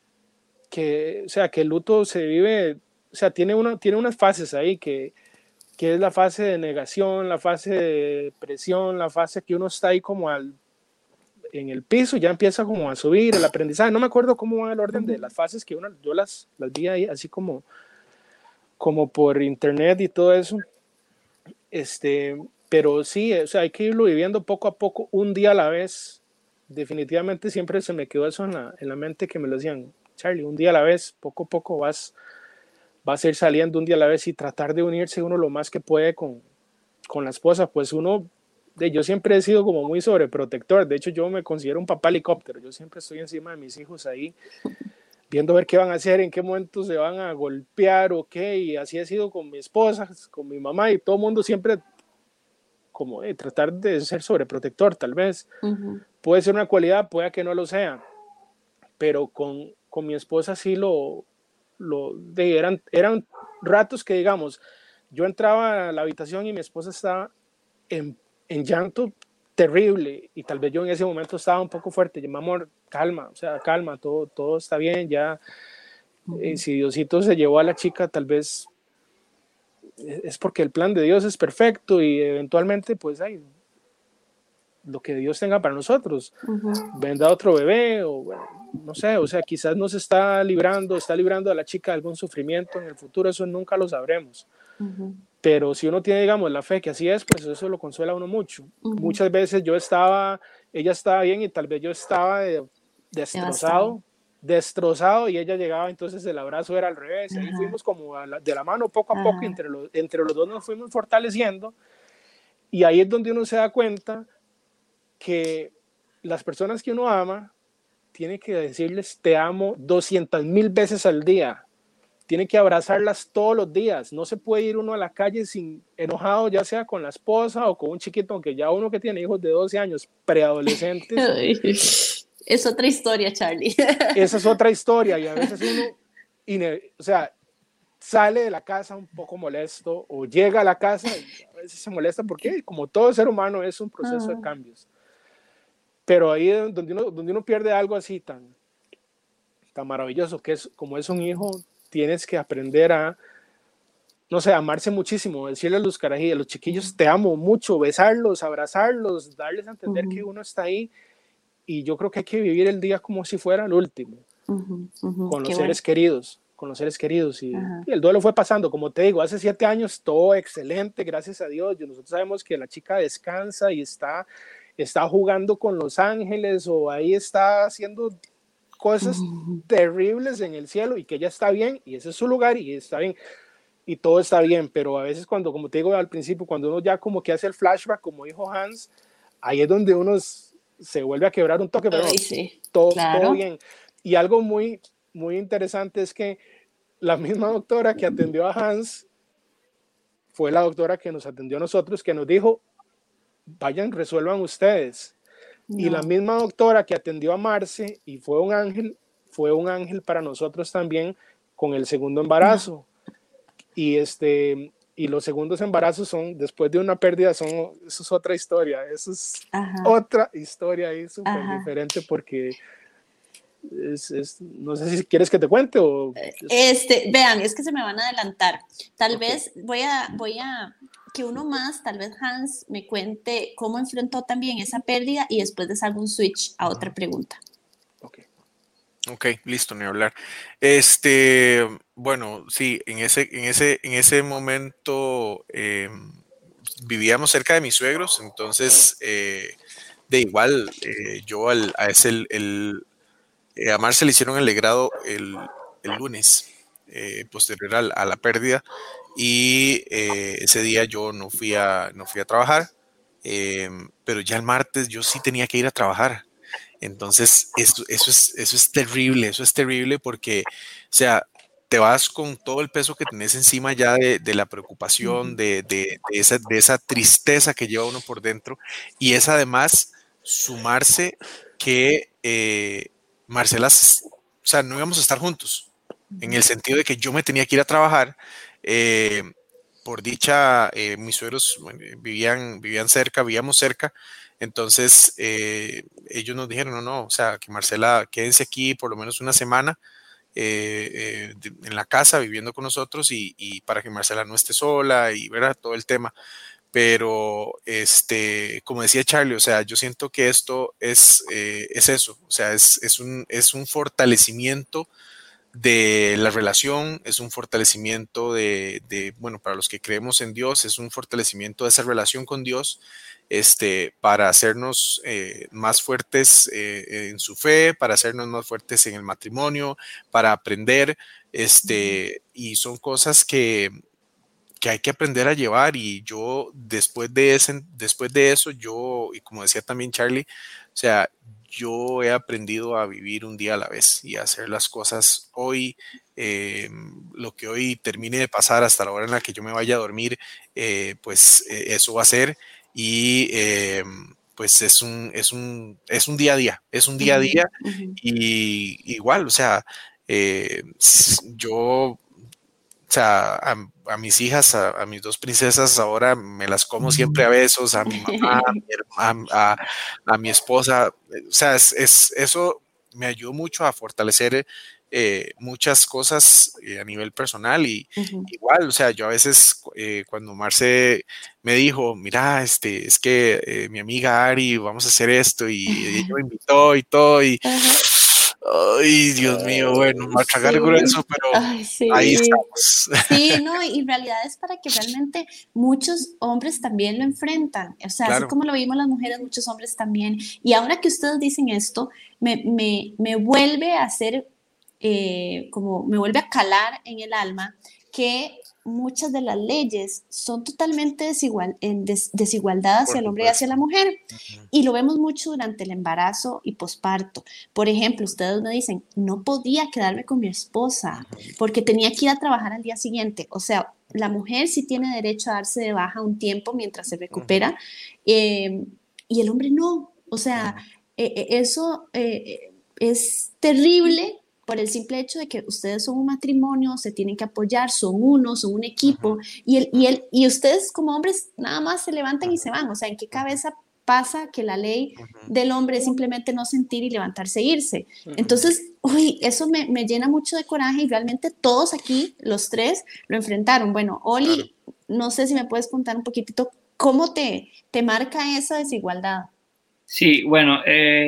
el luto se vive, o sea, tiene unas fases ahí que es la fase de negación, la fase de depresión, la fase que uno está ahí como en el piso, ya empieza como a subir el aprendizaje. No me acuerdo cómo va el orden de las fases que yo las vi ahí así como por internet y todo eso. Pero sí, o sea, hay que irlo viviendo poco a poco, un día a la vez. Definitivamente siempre se me quedó eso en la mente, que me lo decían: Charlie, un día a la vez, poco a poco vas a ir saliendo, un día a la vez, y tratar de unirse uno lo más que puede con la esposa. Pues yo siempre he sido como muy sobreprotector. De hecho, yo me considero un papá helicóptero. Yo siempre estoy encima de mis hijos ahí, viendo a ver qué van a hacer, en qué momento se van a golpear o qué. Y así ha sido con mi esposa, con mi mamá, y todo el mundo siempre como tratar de ser sobreprotector. Tal vez puede ser una cualidad, puede que no lo sea, pero con mi esposa sí eran ratos que, digamos, yo entraba a la habitación y mi esposa estaba en llanto terrible, y tal vez yo en ese momento estaba un poco fuerte. Yo: mi amor, calma, todo está bien, ya. Si Diosito se llevó a la chica, tal vez es porque el plan de Dios es perfecto, y eventualmente pues lo que Dios tenga para nosotros. Vendrá otro bebé, o bueno, no sé, o sea, quizás nos está librando a la chica de algún sufrimiento en el futuro. Eso nunca lo sabremos. Pero si uno tiene, digamos, la fe que así es, pues eso lo consuela a uno mucho. Muchas veces ella estaba bien y tal vez yo estaba destrozado, y ella llegaba, entonces el abrazo era al revés. Ahí fuimos como de la mano poco a poco, entre los dos nos fuimos fortaleciendo, y ahí es donde uno se da cuenta que las personas que uno ama tiene que decirles te amo 200,000 veces al día. Tiene que abrazarlas todos los días. No se puede ir uno a la calle enojado, ya sea con la esposa o con un chiquito, aunque ya uno que tiene hijos de 12 años, preadolescentes. Es otra historia, Charlie. Esa es otra historia, y a veces uno, o sea, sale de la casa un poco molesto, o llega a la casa y a veces se molesta, porque como todo ser humano es un proceso de cambios. Pero ahí es donde uno pierde algo así tan maravilloso, que es como es un hijo. Tienes que aprender a, no sé, amarse muchísimo, decirle a los carajillos, a los chiquillos, te amo mucho, besarlos, abrazarlos, darles a entender que uno está ahí. Y yo creo que hay que vivir el día como si fuera el último, con los seres queridos. Y el duelo fue pasando, como te digo, hace 7 años, todo excelente, gracias a Dios. Nosotros sabemos que la chica descansa y está jugando con los ángeles, o ahí está haciendo cosas terribles en el cielo, y que ella está bien, y ese es su lugar, y está bien, y todo está bien. Pero a veces como te digo al principio, cuando uno ya como que hace el flashback, como dijo Hans, ahí es donde uno se vuelve a quebrar un toque, pero todo bien. Y algo muy, muy interesante es que la misma doctora que atendió a Hans fue la doctora que nos atendió a nosotros, que nos dijo: vayan, resuelvan ustedes. No. Y la misma doctora que atendió a Marce y fue un ángel para nosotros también con el segundo embarazo. No. Y los segundos embarazos son, después de una pérdida, eso es otra historia. Eso es otra historia ahí súper diferente porque no sé si quieres que te cuente o... Vean, es que se me van a adelantar. Tal vez voy a que uno más, tal vez Hans, me cuente cómo enfrentó también esa pérdida y después les hago un switch a otra pregunta. Ok, listo, ni hablar. Bueno, sí, en ese momento vivíamos cerca de mis suegros, entonces de igual yo a Marce le hicieron el legrado el lunes posterior a la pérdida y ese día yo no fui a trabajar, pero ya el martes yo sí tenía que ir a trabajar. Entonces, eso es terrible porque, o sea, te vas con todo el peso que tenés encima ya de la preocupación, de esa tristeza que lleva uno por dentro, y es además sumarse que Marcela, o sea, no íbamos a estar juntos, en el sentido de que yo me tenía que ir a trabajar. Por dicha, mis suegros vivíamos cerca. Entonces, ellos nos dijeron, no, o sea, que Marcela quédense aquí por lo menos una semana en la casa viviendo con nosotros y para que Marcela no esté sola y ver todo el tema. Pero, como decía Charlie, o sea, yo siento que esto es eso, o sea, es un fortalecimiento de la relación, es un fortalecimiento bueno, para los que creemos en Dios, es un fortalecimiento de esa relación con Dios, para hacernos más fuertes en su fe, para hacernos más fuertes en el matrimonio, para aprender, y son cosas que hay que aprender a llevar. Y yo después de eso, y como decía también Charlie, o sea, yo he aprendido a vivir un día a la vez y a hacer las cosas hoy, lo que hoy termine de pasar hasta la hora en la que yo me vaya a dormir, pues eso va a ser. Y pues es un día a día, y igual, o sea, yo... O sea, a mis hijas, a mis dos princesas, ahora me las como siempre a besos, a mi mamá, a mi esposa. O sea, eso me ayudó mucho a fortalecer muchas cosas a nivel personal. Y igual, o sea, yo a veces cuando Marce me dijo, mira, es que mi amiga Ari, vamos a hacer esto, y ella me invitó y todo, y... Ay, Dios mío, bueno, a tragar grueso, pero ahí estamos. Sí, no, y en realidad es para que realmente muchos hombres también lo enfrentan. O sea, claro, así como lo vimos las mujeres, muchos hombres también. Y ahora que ustedes dicen esto, me vuelve a hacer, como me vuelve a calar en el alma que muchas de las leyes son totalmente desigualdad hacia el hombre y hacia la mujer. Y lo vemos mucho durante el embarazo y posparto. Por ejemplo, ustedes me dicen, no podía quedarme con mi esposa porque tenía que ir a trabajar al día siguiente. O sea, la mujer sí tiene derecho a darse de baja un tiempo mientras se recupera, y el hombre no. O sea, eso es terrible por el simple hecho de que ustedes son un matrimonio, se tienen que apoyar, son uno, son un equipo, y ustedes como hombres nada más se levantan y se van. O sea, ¿en qué cabeza pasa que la ley del hombre es simplemente no sentir y levantarse e irse? Entonces, eso me llena mucho de coraje, y realmente todos aquí, los tres, lo enfrentaron. Bueno, Oli, no sé si me puedes contar un poquitito cómo te marca esa desigualdad. Sí, bueno,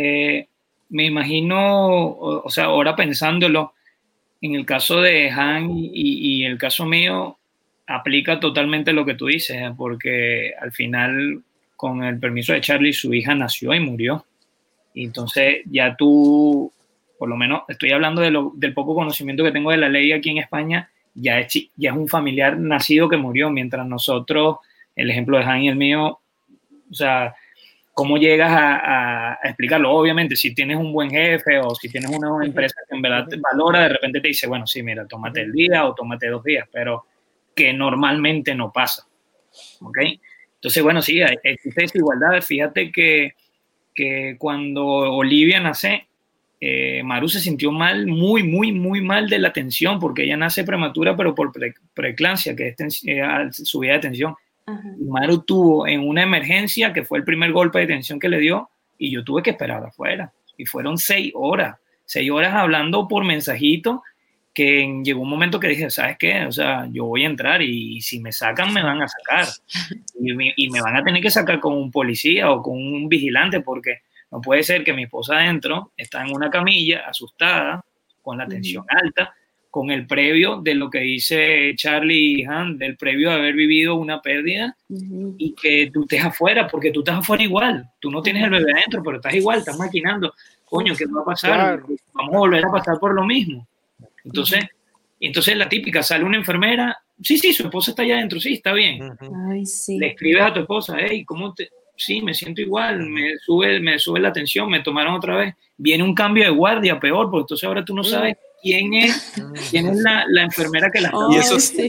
me imagino, o sea, ahora pensándolo, en el caso de Han y el caso mío, aplica totalmente lo que tú dices, porque al final, con el permiso de Charlie, su hija nació y murió. Y entonces ya tú, por lo menos estoy hablando del poco conocimiento que tengo de la ley aquí en España, ya es un familiar nacido que murió, mientras nosotros, el ejemplo de Han y el mío, o sea, ¿cómo llegas a explicarlo? Obviamente, si tienes un buen jefe o si tienes una empresa que en verdad te valora, de repente te dice, bueno, sí, mira, tómate el día o tómate 2 días, pero que normalmente no pasa, ¿ok? Entonces, bueno, sí, existe desigualdad. Fíjate que cuando Olivia nace, Maru se sintió mal, muy, muy, muy mal de la tensión, porque ella nace prematura, pero por preeclampsia, que es subida de tensión. Ajá. Y Maru tuvo en una emergencia, que fue el primer golpe de tensión que le dio, y yo tuve que esperar afuera. Y fueron 6 horas hablando por mensajito, que llegó un momento que dije, ¿sabes qué? O sea, yo voy a entrar y si me sacan, me van a sacar. Y me van a tener que sacar con un policía o con un vigilante, porque no puede ser que mi esposa adentro está en una camilla, asustada, con la tensión alta, con el previo de lo que dice Charlie y Han, del previo de haber vivido una pérdida, y que tú estés afuera, porque tú estás afuera igual. Tú no tienes el bebé adentro, pero estás igual, estás maquinando. Coño, ¿qué va a pasar? Claro. Vamos a volver a pasar por lo mismo. Entonces la típica, sale una enfermera, sí, su esposa está allá adentro, sí, está bien. Ay, sí. Le escribes a tu esposa, hey, ¿cómo te...? Sí, me siento igual, me sube la tensión, me tomaron otra vez. Viene un cambio de guardia, peor, porque entonces ahora tú no sabes quién es la enfermera que la está Y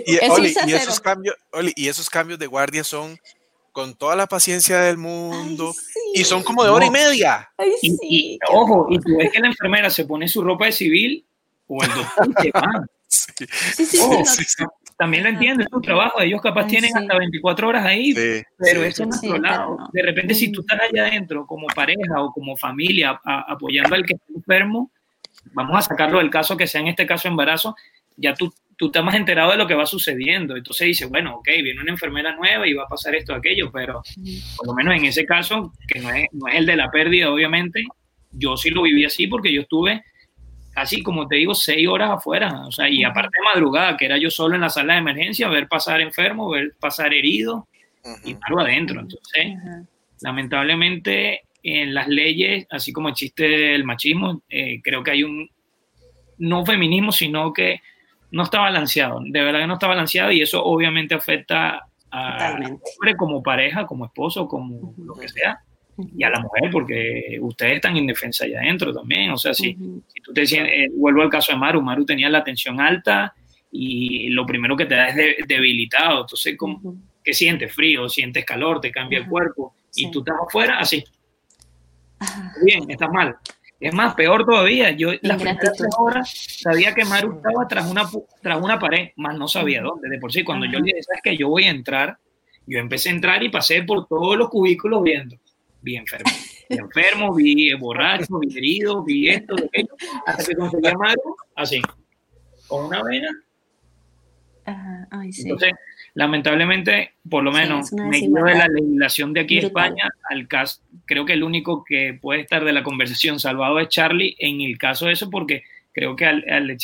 Eso esos cambios de guardia son con toda la paciencia del mundo. Ay, sí. Y son como de hora y media. Ay, Y sí. ojo, y tú ves que la enfermera se pone su ropa de civil o el doctor se va. Sí, Ojo, sí. también lo entiendo, es tu trabajo, ellos capaz tienen hasta 24 horas ahí, pero eso es nuestro lado. No. De repente, si tú estás allá adentro como pareja o como familia apoyando al que está enfermo, vamos a sacarlo del caso que sea en este caso embarazo, ya tú estás más enterado de lo que va sucediendo. Entonces dices, bueno, ok, viene una enfermera nueva y va a pasar esto, aquello, pero por lo menos en ese caso, que no es el de la pérdida, obviamente, yo sí lo viví así porque yo estuve casi, como te digo, 6 horas afuera, o sea, y aparte de madrugada, que era yo solo en la sala de emergencia, ver pasar enfermos, ver pasar heridos, y Maru adentro. Entonces, lamentablemente, en las leyes, así como existe el machismo, creo que hay un, no feminismo, sino que no está balanceado, de verdad que no está balanceado, y eso obviamente afecta al hombre como pareja, como esposo, como lo que sea, y a la mujer, porque ustedes están indefensas allá adentro también. O sea, si tú te sientes, vuelvo al caso de Maru tenía la tensión alta y lo primero que te da es debilitado. Entonces, ¿qué sientes? Frío, sientes calor, te cambia el cuerpo y tú estás afuera así. Bien, estás mal. Es más, peor todavía. Yo las primeras 3 horas sabía que Maru estaba tras una pared, más no sabía dónde. De por sí, cuando yo le dije, ¿sabes qué? Yo voy a entrar, yo empecé a entrar y pasé por todos los cubículos viendo. Vi enfermo, vi borracho, vi herido, vi esto, lo aquello, hasta que conseguí a Maru así, con una vena. Ay, sí. Entonces, lamentablemente, por lo menos, me guío de la legislación de aquí en España, al caso, creo que el único que puede estar de la conversación salvado es Charlie en el caso de eso, porque creo que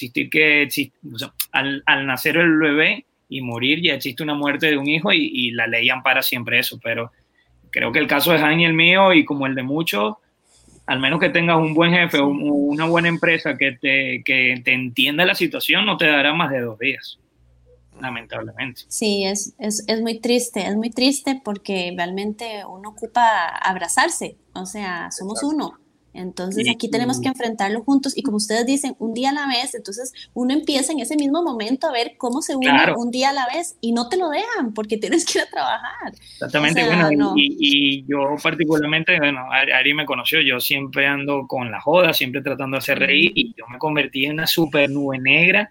al nacer el bebé y morir ya existe una muerte de un hijo y la ley ampara siempre eso, pero creo que el caso de Han y el mío, y como el de muchos, al menos que tengas un buen jefe o una buena empresa que te entienda la situación, no te dará más de 2 días, lamentablemente. Sí, es muy triste porque realmente uno ocupa abrazarse, o sea, somos uno. Entonces aquí tenemos que enfrentarlo juntos y como ustedes dicen, un día a la vez. Entonces uno empieza en ese mismo momento a ver cómo se une un día a la vez y no te lo dejan porque tienes que ir a trabajar. Exactamente, o sea, y yo particularmente, Ari me conoció, yo siempre ando con la joda, siempre tratando de hacer reír y yo me convertí en una super nube negra.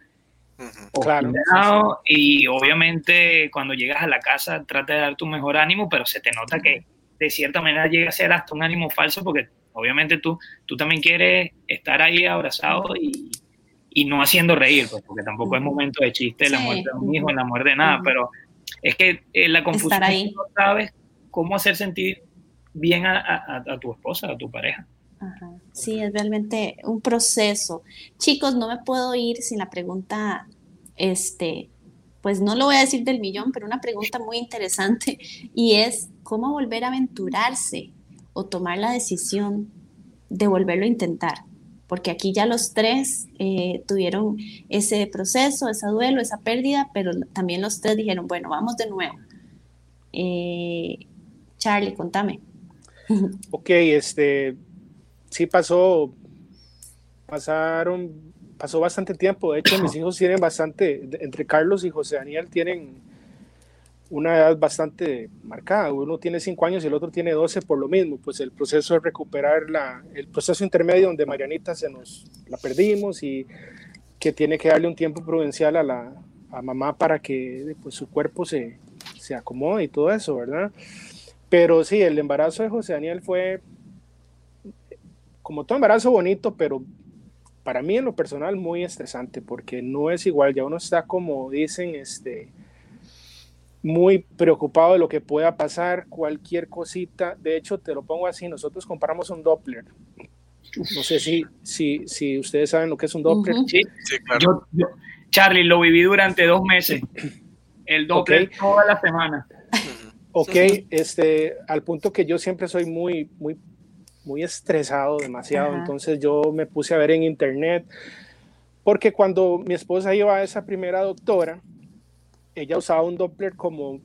Y obviamente cuando llegas a la casa trata de dar tu mejor ánimo, pero se te nota que de cierta manera llega a ser hasta un ánimo falso porque obviamente tú también quieres estar ahí abrazado y no haciendo reír, pues, porque tampoco es momento de chiste la muerte de un hijo, la muerte de nada, pero es que la confusión es que no sabes cómo hacer sentir bien a tu esposa, a tu pareja. Sí, es realmente un proceso. Chicos, no me puedo ir sin la pregunta, pues no lo voy a decir del millón, pero una pregunta muy interesante, y es ¿cómo volver a aventurarse o tomar la decisión de volverlo a intentar? Porque aquí ya los 3 tuvieron ese proceso, ese duelo, esa pérdida, pero también los 3 dijeron, bueno, vamos de nuevo. Charlie, contame. Ok, sí pasó bastante tiempo. De hecho, mis hijos tienen bastante, entre Carlos y José Daniel tienen una edad bastante marcada. Uno tiene 5 años y el otro tiene 12 por lo mismo. Pues el proceso de recuperar el proceso intermedio donde Marianita la perdimos y que tiene que darle un tiempo prudencial a mamá para que pues, su cuerpo se acomode y todo eso, ¿verdad? Pero sí, el embarazo de José Daniel fue como todo embarazo bonito, pero para mí en lo personal muy estresante porque no es igual, ya uno está como dicen, muy preocupado de lo que pueda pasar, cualquier cosita. De hecho, te lo pongo así, nosotros compramos un Doppler. No sé si ustedes saben lo que es un Doppler. Sí, claro. Charlie, lo viví durante 2 meses. El Doppler toda la semana. Ok, al punto que yo siempre soy muy, muy, muy estresado, demasiado. Ajá. Entonces yo me puse a ver en internet, porque cuando mi esposa iba a esa primera doctora, ella usaba un Doppler como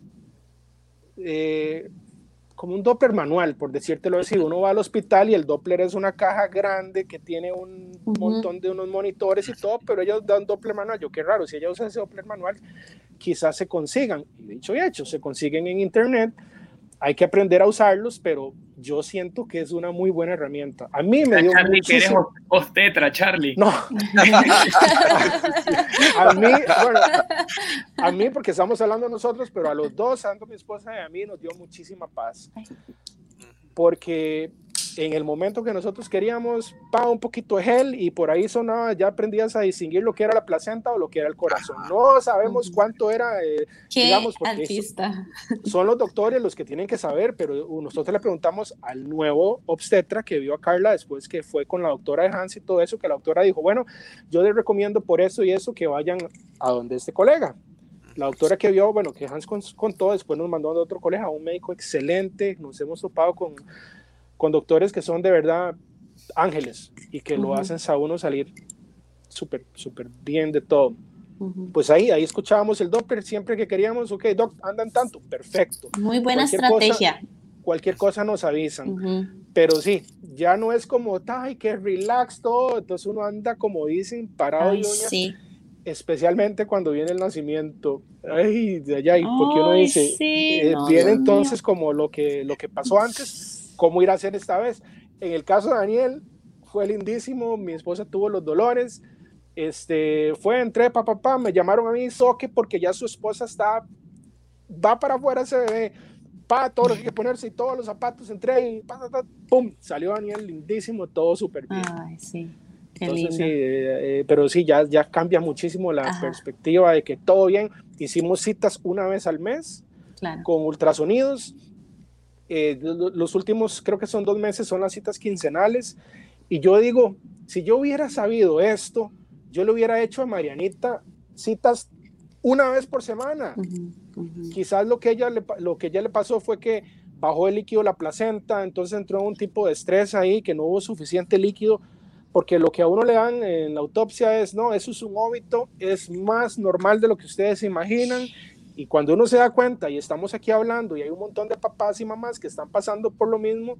un Doppler manual, por decírtelo así. Uno va al hospital y el Doppler es una caja grande que tiene un montón de unos monitores y todo, pero ellos dan Doppler manual. Yo, qué raro, si ella usa ese Doppler manual, quizás se consigan. Y dicho y hecho, se consiguen en internet. Hay que aprender a usarlos, pero yo siento que es una muy buena herramienta. A mí me dio Charlie, muchísimo... que eres obstetra, Charlie. No. a mí, porque estamos hablando nosotros, pero a los dos, tanto mi esposa y a mí, nos dio muchísima paz. Porque en el momento que nosotros queríamos, un poquito de gel y por ahí sonaba, ya aprendías a distinguir lo que era la placenta o lo que era el corazón. No sabemos cuánto era, digamos, porque son los doctores los que tienen que saber, pero nosotros le preguntamos al nuevo obstetra que vio a Carla después que fue con la doctora de Hans y todo eso, que la doctora dijo, bueno, yo les recomiendo por eso y eso que vayan a donde este colega. La doctora que vio, bueno, que Hans contó, después nos mandó a otro colega, a un médico excelente, nos hemos topado con doctores que son de verdad ángeles y que lo hacen a uno salir súper, súper bien de todo. Pues ahí escuchábamos el Doppler siempre que queríamos, ok, doc, andan tanto, perfecto. Muy buena estrategia. Cualquier cosa nos avisan, pero sí, ya no es como, ay, que relax todo, entonces uno anda como dicen, parado y uñas, sí. Especialmente cuando viene el nacimiento, ay, de allá, porque uno dice, sí, viene entonces como lo que pasó antes, cómo ir a hacer esta vez. En el caso de Daniel, fue lindísimo, mi esposa tuvo los dolores, entré, papá, me llamaron a mí, soque, porque ya su esposa va para afuera ese bebé, todo lo que hay que ponerse y todos los zapatos, entré y pum, salió Daniel lindísimo, todo súper bien. Ay, sí. Qué entonces lindo. Sí, pero sí, ya cambia muchísimo la perspectiva de que todo bien. Hicimos citas una vez al mes, claro, con ultrasonidos. Los últimos, creo que son 2 meses, son las citas quincenales. Y yo digo, si yo hubiera sabido esto, yo le hubiera hecho a Marianita citas una vez por semana. Quizás lo que ella le pasó fue que bajó el líquido la placenta, entonces entró en un tipo de estrés ahí, que no hubo suficiente líquido, porque lo que a uno le dan en la autopsia es, no, eso es un óbito, es más normal de lo que ustedes se imaginan. Y cuando uno se da cuenta y estamos aquí hablando y hay un montón de papás y mamás que están pasando por lo mismo,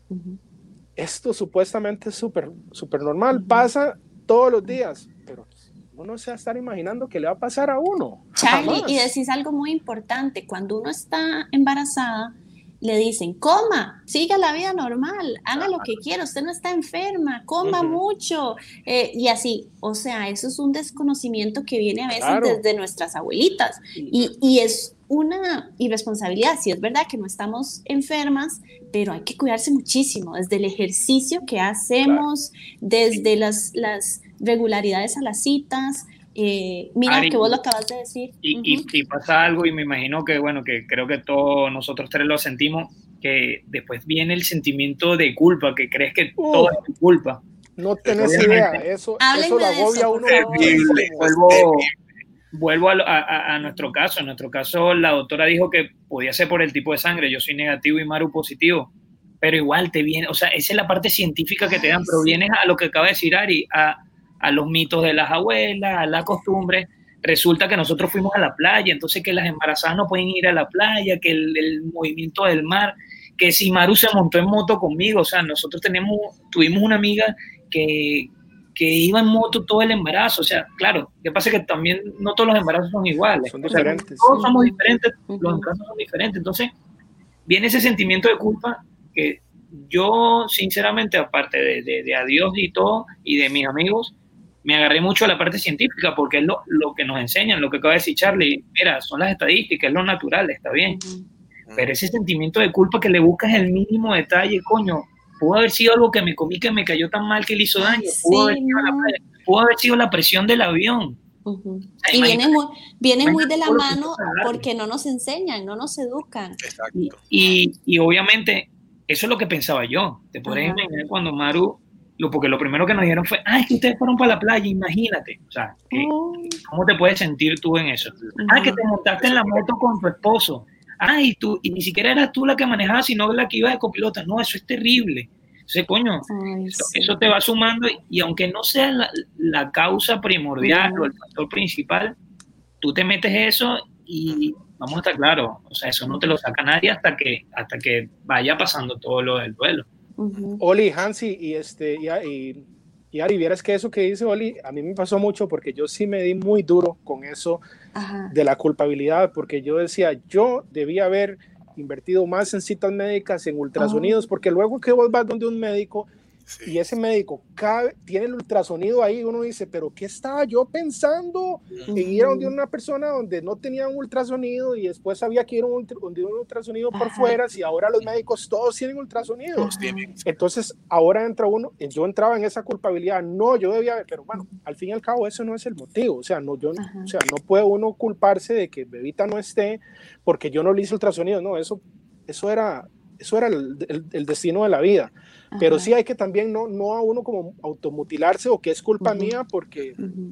esto supuestamente es súper normal, pasa todos los días, pero uno se va a estar imaginando que le va a pasar a uno. Charlie, y decís algo muy importante, cuando uno está embarazada, le dicen, coma, siga la vida normal, haga lo que quiera, usted no está enferma, coma mucho, y así, o sea, eso es un desconocimiento que viene a veces desde nuestras abuelitas, y es una irresponsabilidad, sí es verdad que no estamos enfermas, pero hay que cuidarse muchísimo, desde el ejercicio que hacemos, desde las regularidades a las citas. Mira, Ari, que vos lo acabas de decir. Y pasa algo, y me imagino que, bueno, que creo que todos nosotros tres lo sentimos, que después viene el sentimiento de culpa, que crees que todo es tu culpa. No tenés idea, eso lo agobia a uno. Vuelvo a nuestro caso. En nuestro caso, la doctora dijo que podía ser por el tipo de sangre. Yo soy negativo y Maru positivo. Pero igual te viene, o sea, esa es la parte científica que te dan, pero vienes a lo que acaba de decir Ari, a los mitos de las abuelas, a la costumbre. Resulta que nosotros fuimos a la playa, entonces que las embarazadas no pueden ir a la playa, que el movimiento del mar, que si Maru se montó en moto conmigo, o sea, nosotros tuvimos una amiga que iba en moto todo el embarazo. O sea, claro, lo que pasa es que también no todos los embarazos son iguales. Son diferentes. O sea, todos somos diferentes, los embarazos son diferentes. Entonces, viene ese sentimiento de culpa que yo, sinceramente, aparte de adiós y todo, y de mis amigos, me agarré mucho a la parte científica, porque es lo que nos enseñan, lo que acaba de decir Charlie. Mira, son las estadísticas, es lo natural, está bien. Pero ese sentimiento de culpa que le buscas el mínimo detalle, coño, pudo haber sido algo que me comí que me cayó tan mal que le hizo daño, pudo haber sido la presión del avión. O sea, y viene muy de la mano porque no nos enseñan, no nos educan. Y obviamente, eso es lo que pensaba yo. Te podrás imaginar cuando Maru, porque lo primero que nos dijeron fue, es que ustedes fueron para la playa, imagínate. O sea, ¿cómo te puedes sentir tú en eso? Que te montaste en la moto con tu esposo. Y ni siquiera eras tú la que manejaba, sino la que iba de copilota. No, eso es terrible. Entonces, coño, eso te va sumando, y aunque no sea la causa primordial o el factor principal, tú te metes eso y vamos a estar claros, o sea, eso no te lo saca nadie hasta que vaya pasando todo lo del duelo. Oli, Hansi y Ari, vieras que eso que dice Oli, a mí me pasó mucho porque yo sí me di muy duro con eso de la culpabilidad, porque yo decía, yo debía haber invertido más en citas médicas, en ultrasonidos, porque luego que vos vas donde un médico y ese médico tiene el ultrasonido ahí, uno dice, pero ¿qué estaba yo pensando? En ir a donde una persona donde no tenía un ultrasonido y después sabía que era un ultrasonido por fuera, si ahora los médicos todos tienen ultrasonidos. Entonces ahora yo entraba en esa culpabilidad, no, yo debía haber, pero bueno, al fin y al cabo eso no es el motivo, o sea, no puede uno culparse de que bebita no esté porque yo no le hice ultrasonido, no, eso era el destino de la vida. Pero sí hay que también no a uno como automutilarse o que es culpa mía, porque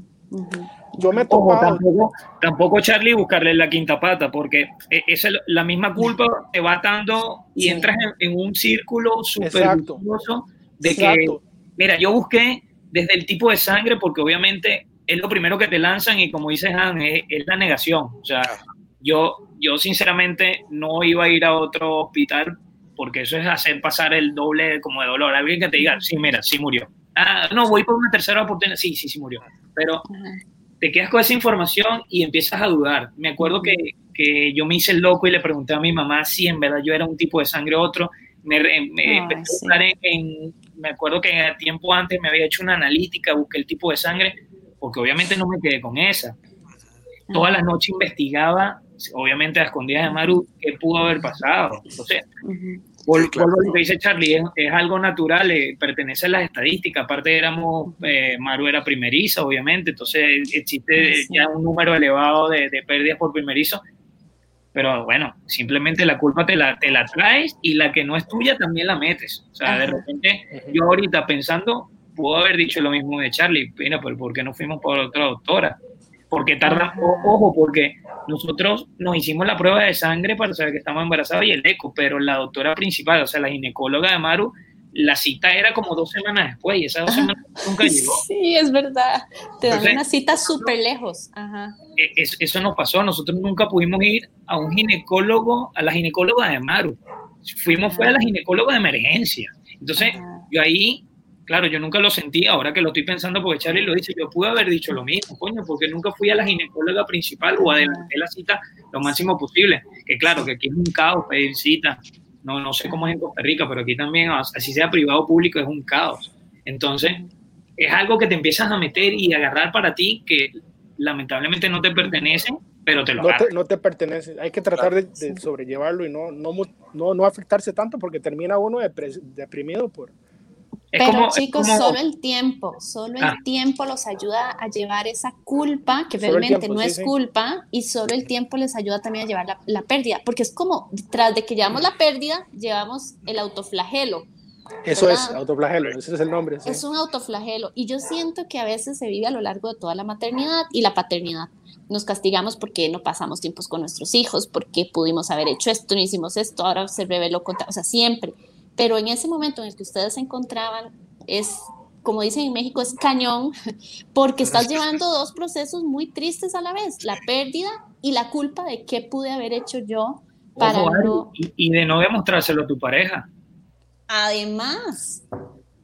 yo me he topado. Tampoco, Charlie, buscarle la quinta pata, porque la misma culpa te va atando y entras en un círculo súper vicioso de que, mira, yo busqué desde el tipo de sangre, porque obviamente es lo primero que te lanzan, y como dice Han, es la negación. O sea, yo sinceramente no iba a ir a otro hospital, porque eso es hacer pasar el doble como de dolor. Alguien que te diga, sí, mira, sí murió. No, voy por una tercera oportunidad. Sí murió. Pero te quedas con esa información y empiezas a dudar. Me acuerdo que yo me hice el loco y le pregunté a mi mamá si en verdad yo era un tipo de sangre u otro. Me empecé a buscar me acuerdo que a tiempo antes me había hecho una analítica, busqué el tipo de sangre, porque obviamente no me quedé con esa. Todas las noches investigaba, obviamente a escondidas de Maru, qué pudo haber pasado. Entonces, lo que dice Charlie, es algo natural, pertenece a las estadísticas. Aparte Maru era primeriza, obviamente, entonces existe ya un número elevado de pérdidas por primerizo. Pero bueno, simplemente la culpa te la traes, y la que no es tuya también la metes. O sea, de repente, yo ahorita pensando, puedo haber dicho lo mismo de Charlie, mira, pero ¿por qué no fuimos por otra doctora? Porque porque nosotros nos hicimos la prueba de sangre para saber que estamos embarazados y el eco, pero la doctora principal, o sea, la ginecóloga de Maru, la cita era como 2 semanas después, y esas 2 semanas nunca llegó. Sí, es verdad. Te dan una cita súper lejos. Eso nos pasó. Nosotros nunca pudimos ir a un ginecólogo, a la ginecóloga de Maru. Fue a la ginecóloga de emergencia. Entonces, yo ahí, claro, yo nunca lo sentí, ahora que lo estoy pensando, porque Charlie lo dice, yo pude haber dicho lo mismo, coño, porque nunca fui a la ginecóloga principal o adelanté la cita lo máximo posible. Que claro, que aquí es un caos pedir cita. No sé cómo es en Costa Rica, pero aquí también, así sea privado o público, es un caos. Entonces, es algo que te empiezas a meter y agarrar para ti, que lamentablemente no te pertenece, pero te lo agarras. No te pertenece. Hay que tratar de sobrellevarlo y no afectarse tanto, porque termina uno deprimido por... Pero chicos, solo el tiempo los ayuda a llevar esa culpa, que realmente no es culpa, y solo el tiempo les ayuda también a llevar la pérdida, porque es como, tras de que llevamos la pérdida, llevamos el autoflagelo. Eso es, autoflagelo, ese es el nombre. Sí. Es un autoflagelo, y yo siento que a veces se vive a lo largo de toda la maternidad y la paternidad. Nos castigamos porque no pasamos tiempos con nuestros hijos, porque pudimos haber hecho esto, no hicimos esto, ahora se reveló contra, o sea, siempre. Pero en ese momento en el que ustedes se encontraban, es, como dicen en México, es cañón, porque estás llevando 2 procesos muy tristes a la vez, la pérdida y la culpa de qué pude haber hecho yo para y de no demostrárselo a tu pareja. Además,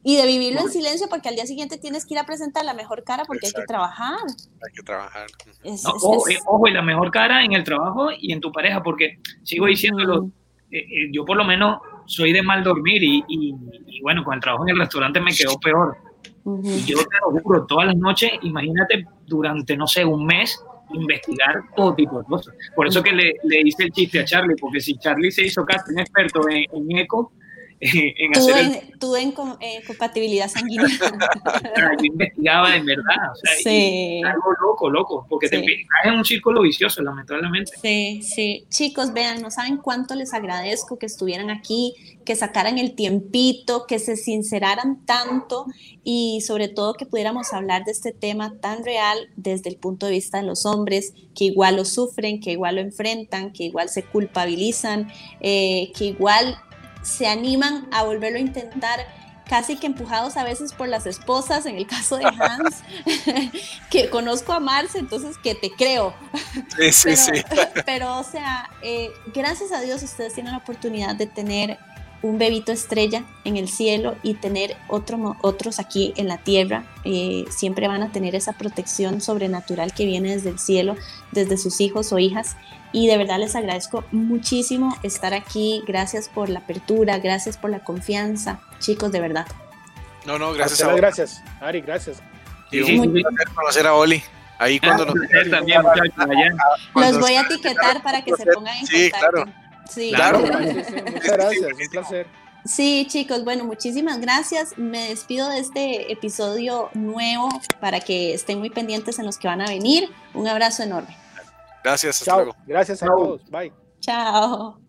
Y de vivirlo en silencio porque al día siguiente tienes que ir a presentar la mejor cara porque hay que trabajar. Hay que trabajar. Ojo, y la mejor cara en el trabajo y en tu pareja, porque sigo diciéndolo, yo por lo menos soy de mal dormir y bueno, con el trabajo en el restaurante me quedó peor. Y yo te lo juro, todas las noches, imagínate durante, no sé, un mes, investigar todo tipo de cosas. Por eso que le hice el chiste a Charlie, porque si Charlie se hizo casi un experto en eco, tú en compatibilidad sanguínea. Yo investigaba en verdad, o sea, sí. Algo loco, porque te caes en un círculo vicioso, lamentablemente. Sí. Chicos, vean, no saben cuánto les agradezco que estuvieran aquí, que sacaran el tiempito, que se sinceraran tanto y sobre todo que pudiéramos hablar de este tema tan real desde el punto de vista de los hombres, que igual lo sufren, que igual lo enfrentan, que igual se culpabilizan, que igual se animan a volverlo a intentar, casi que empujados a veces por las esposas, en el caso de Hans, que conozco a Marce, entonces que te creo. Sí. Pero, o sea, gracias a Dios ustedes tienen la oportunidad de tener un bebito estrella en el cielo y tener otros aquí en la tierra. Siempre van a tener esa protección sobrenatural que viene desde el cielo, desde sus hijos o hijas. Y de verdad les agradezco muchísimo estar aquí. Gracias por la apertura, gracias por la confianza. Chicos, de verdad. No, gracias a vos. Gracias, Ari, gracias. Y un placer conocer a Oli. Ahí cuando también, los voy a etiquetar para que se pongan en contacto. Claro. Muchas gracias, un placer. Sí, chicos, bueno, muchísimas gracias. Me despido de este episodio nuevo para que estén muy pendientes en los que van a venir. Un abrazo enorme. Gracias, hasta Chao. luego. Gracias a todos. Bye. Chao.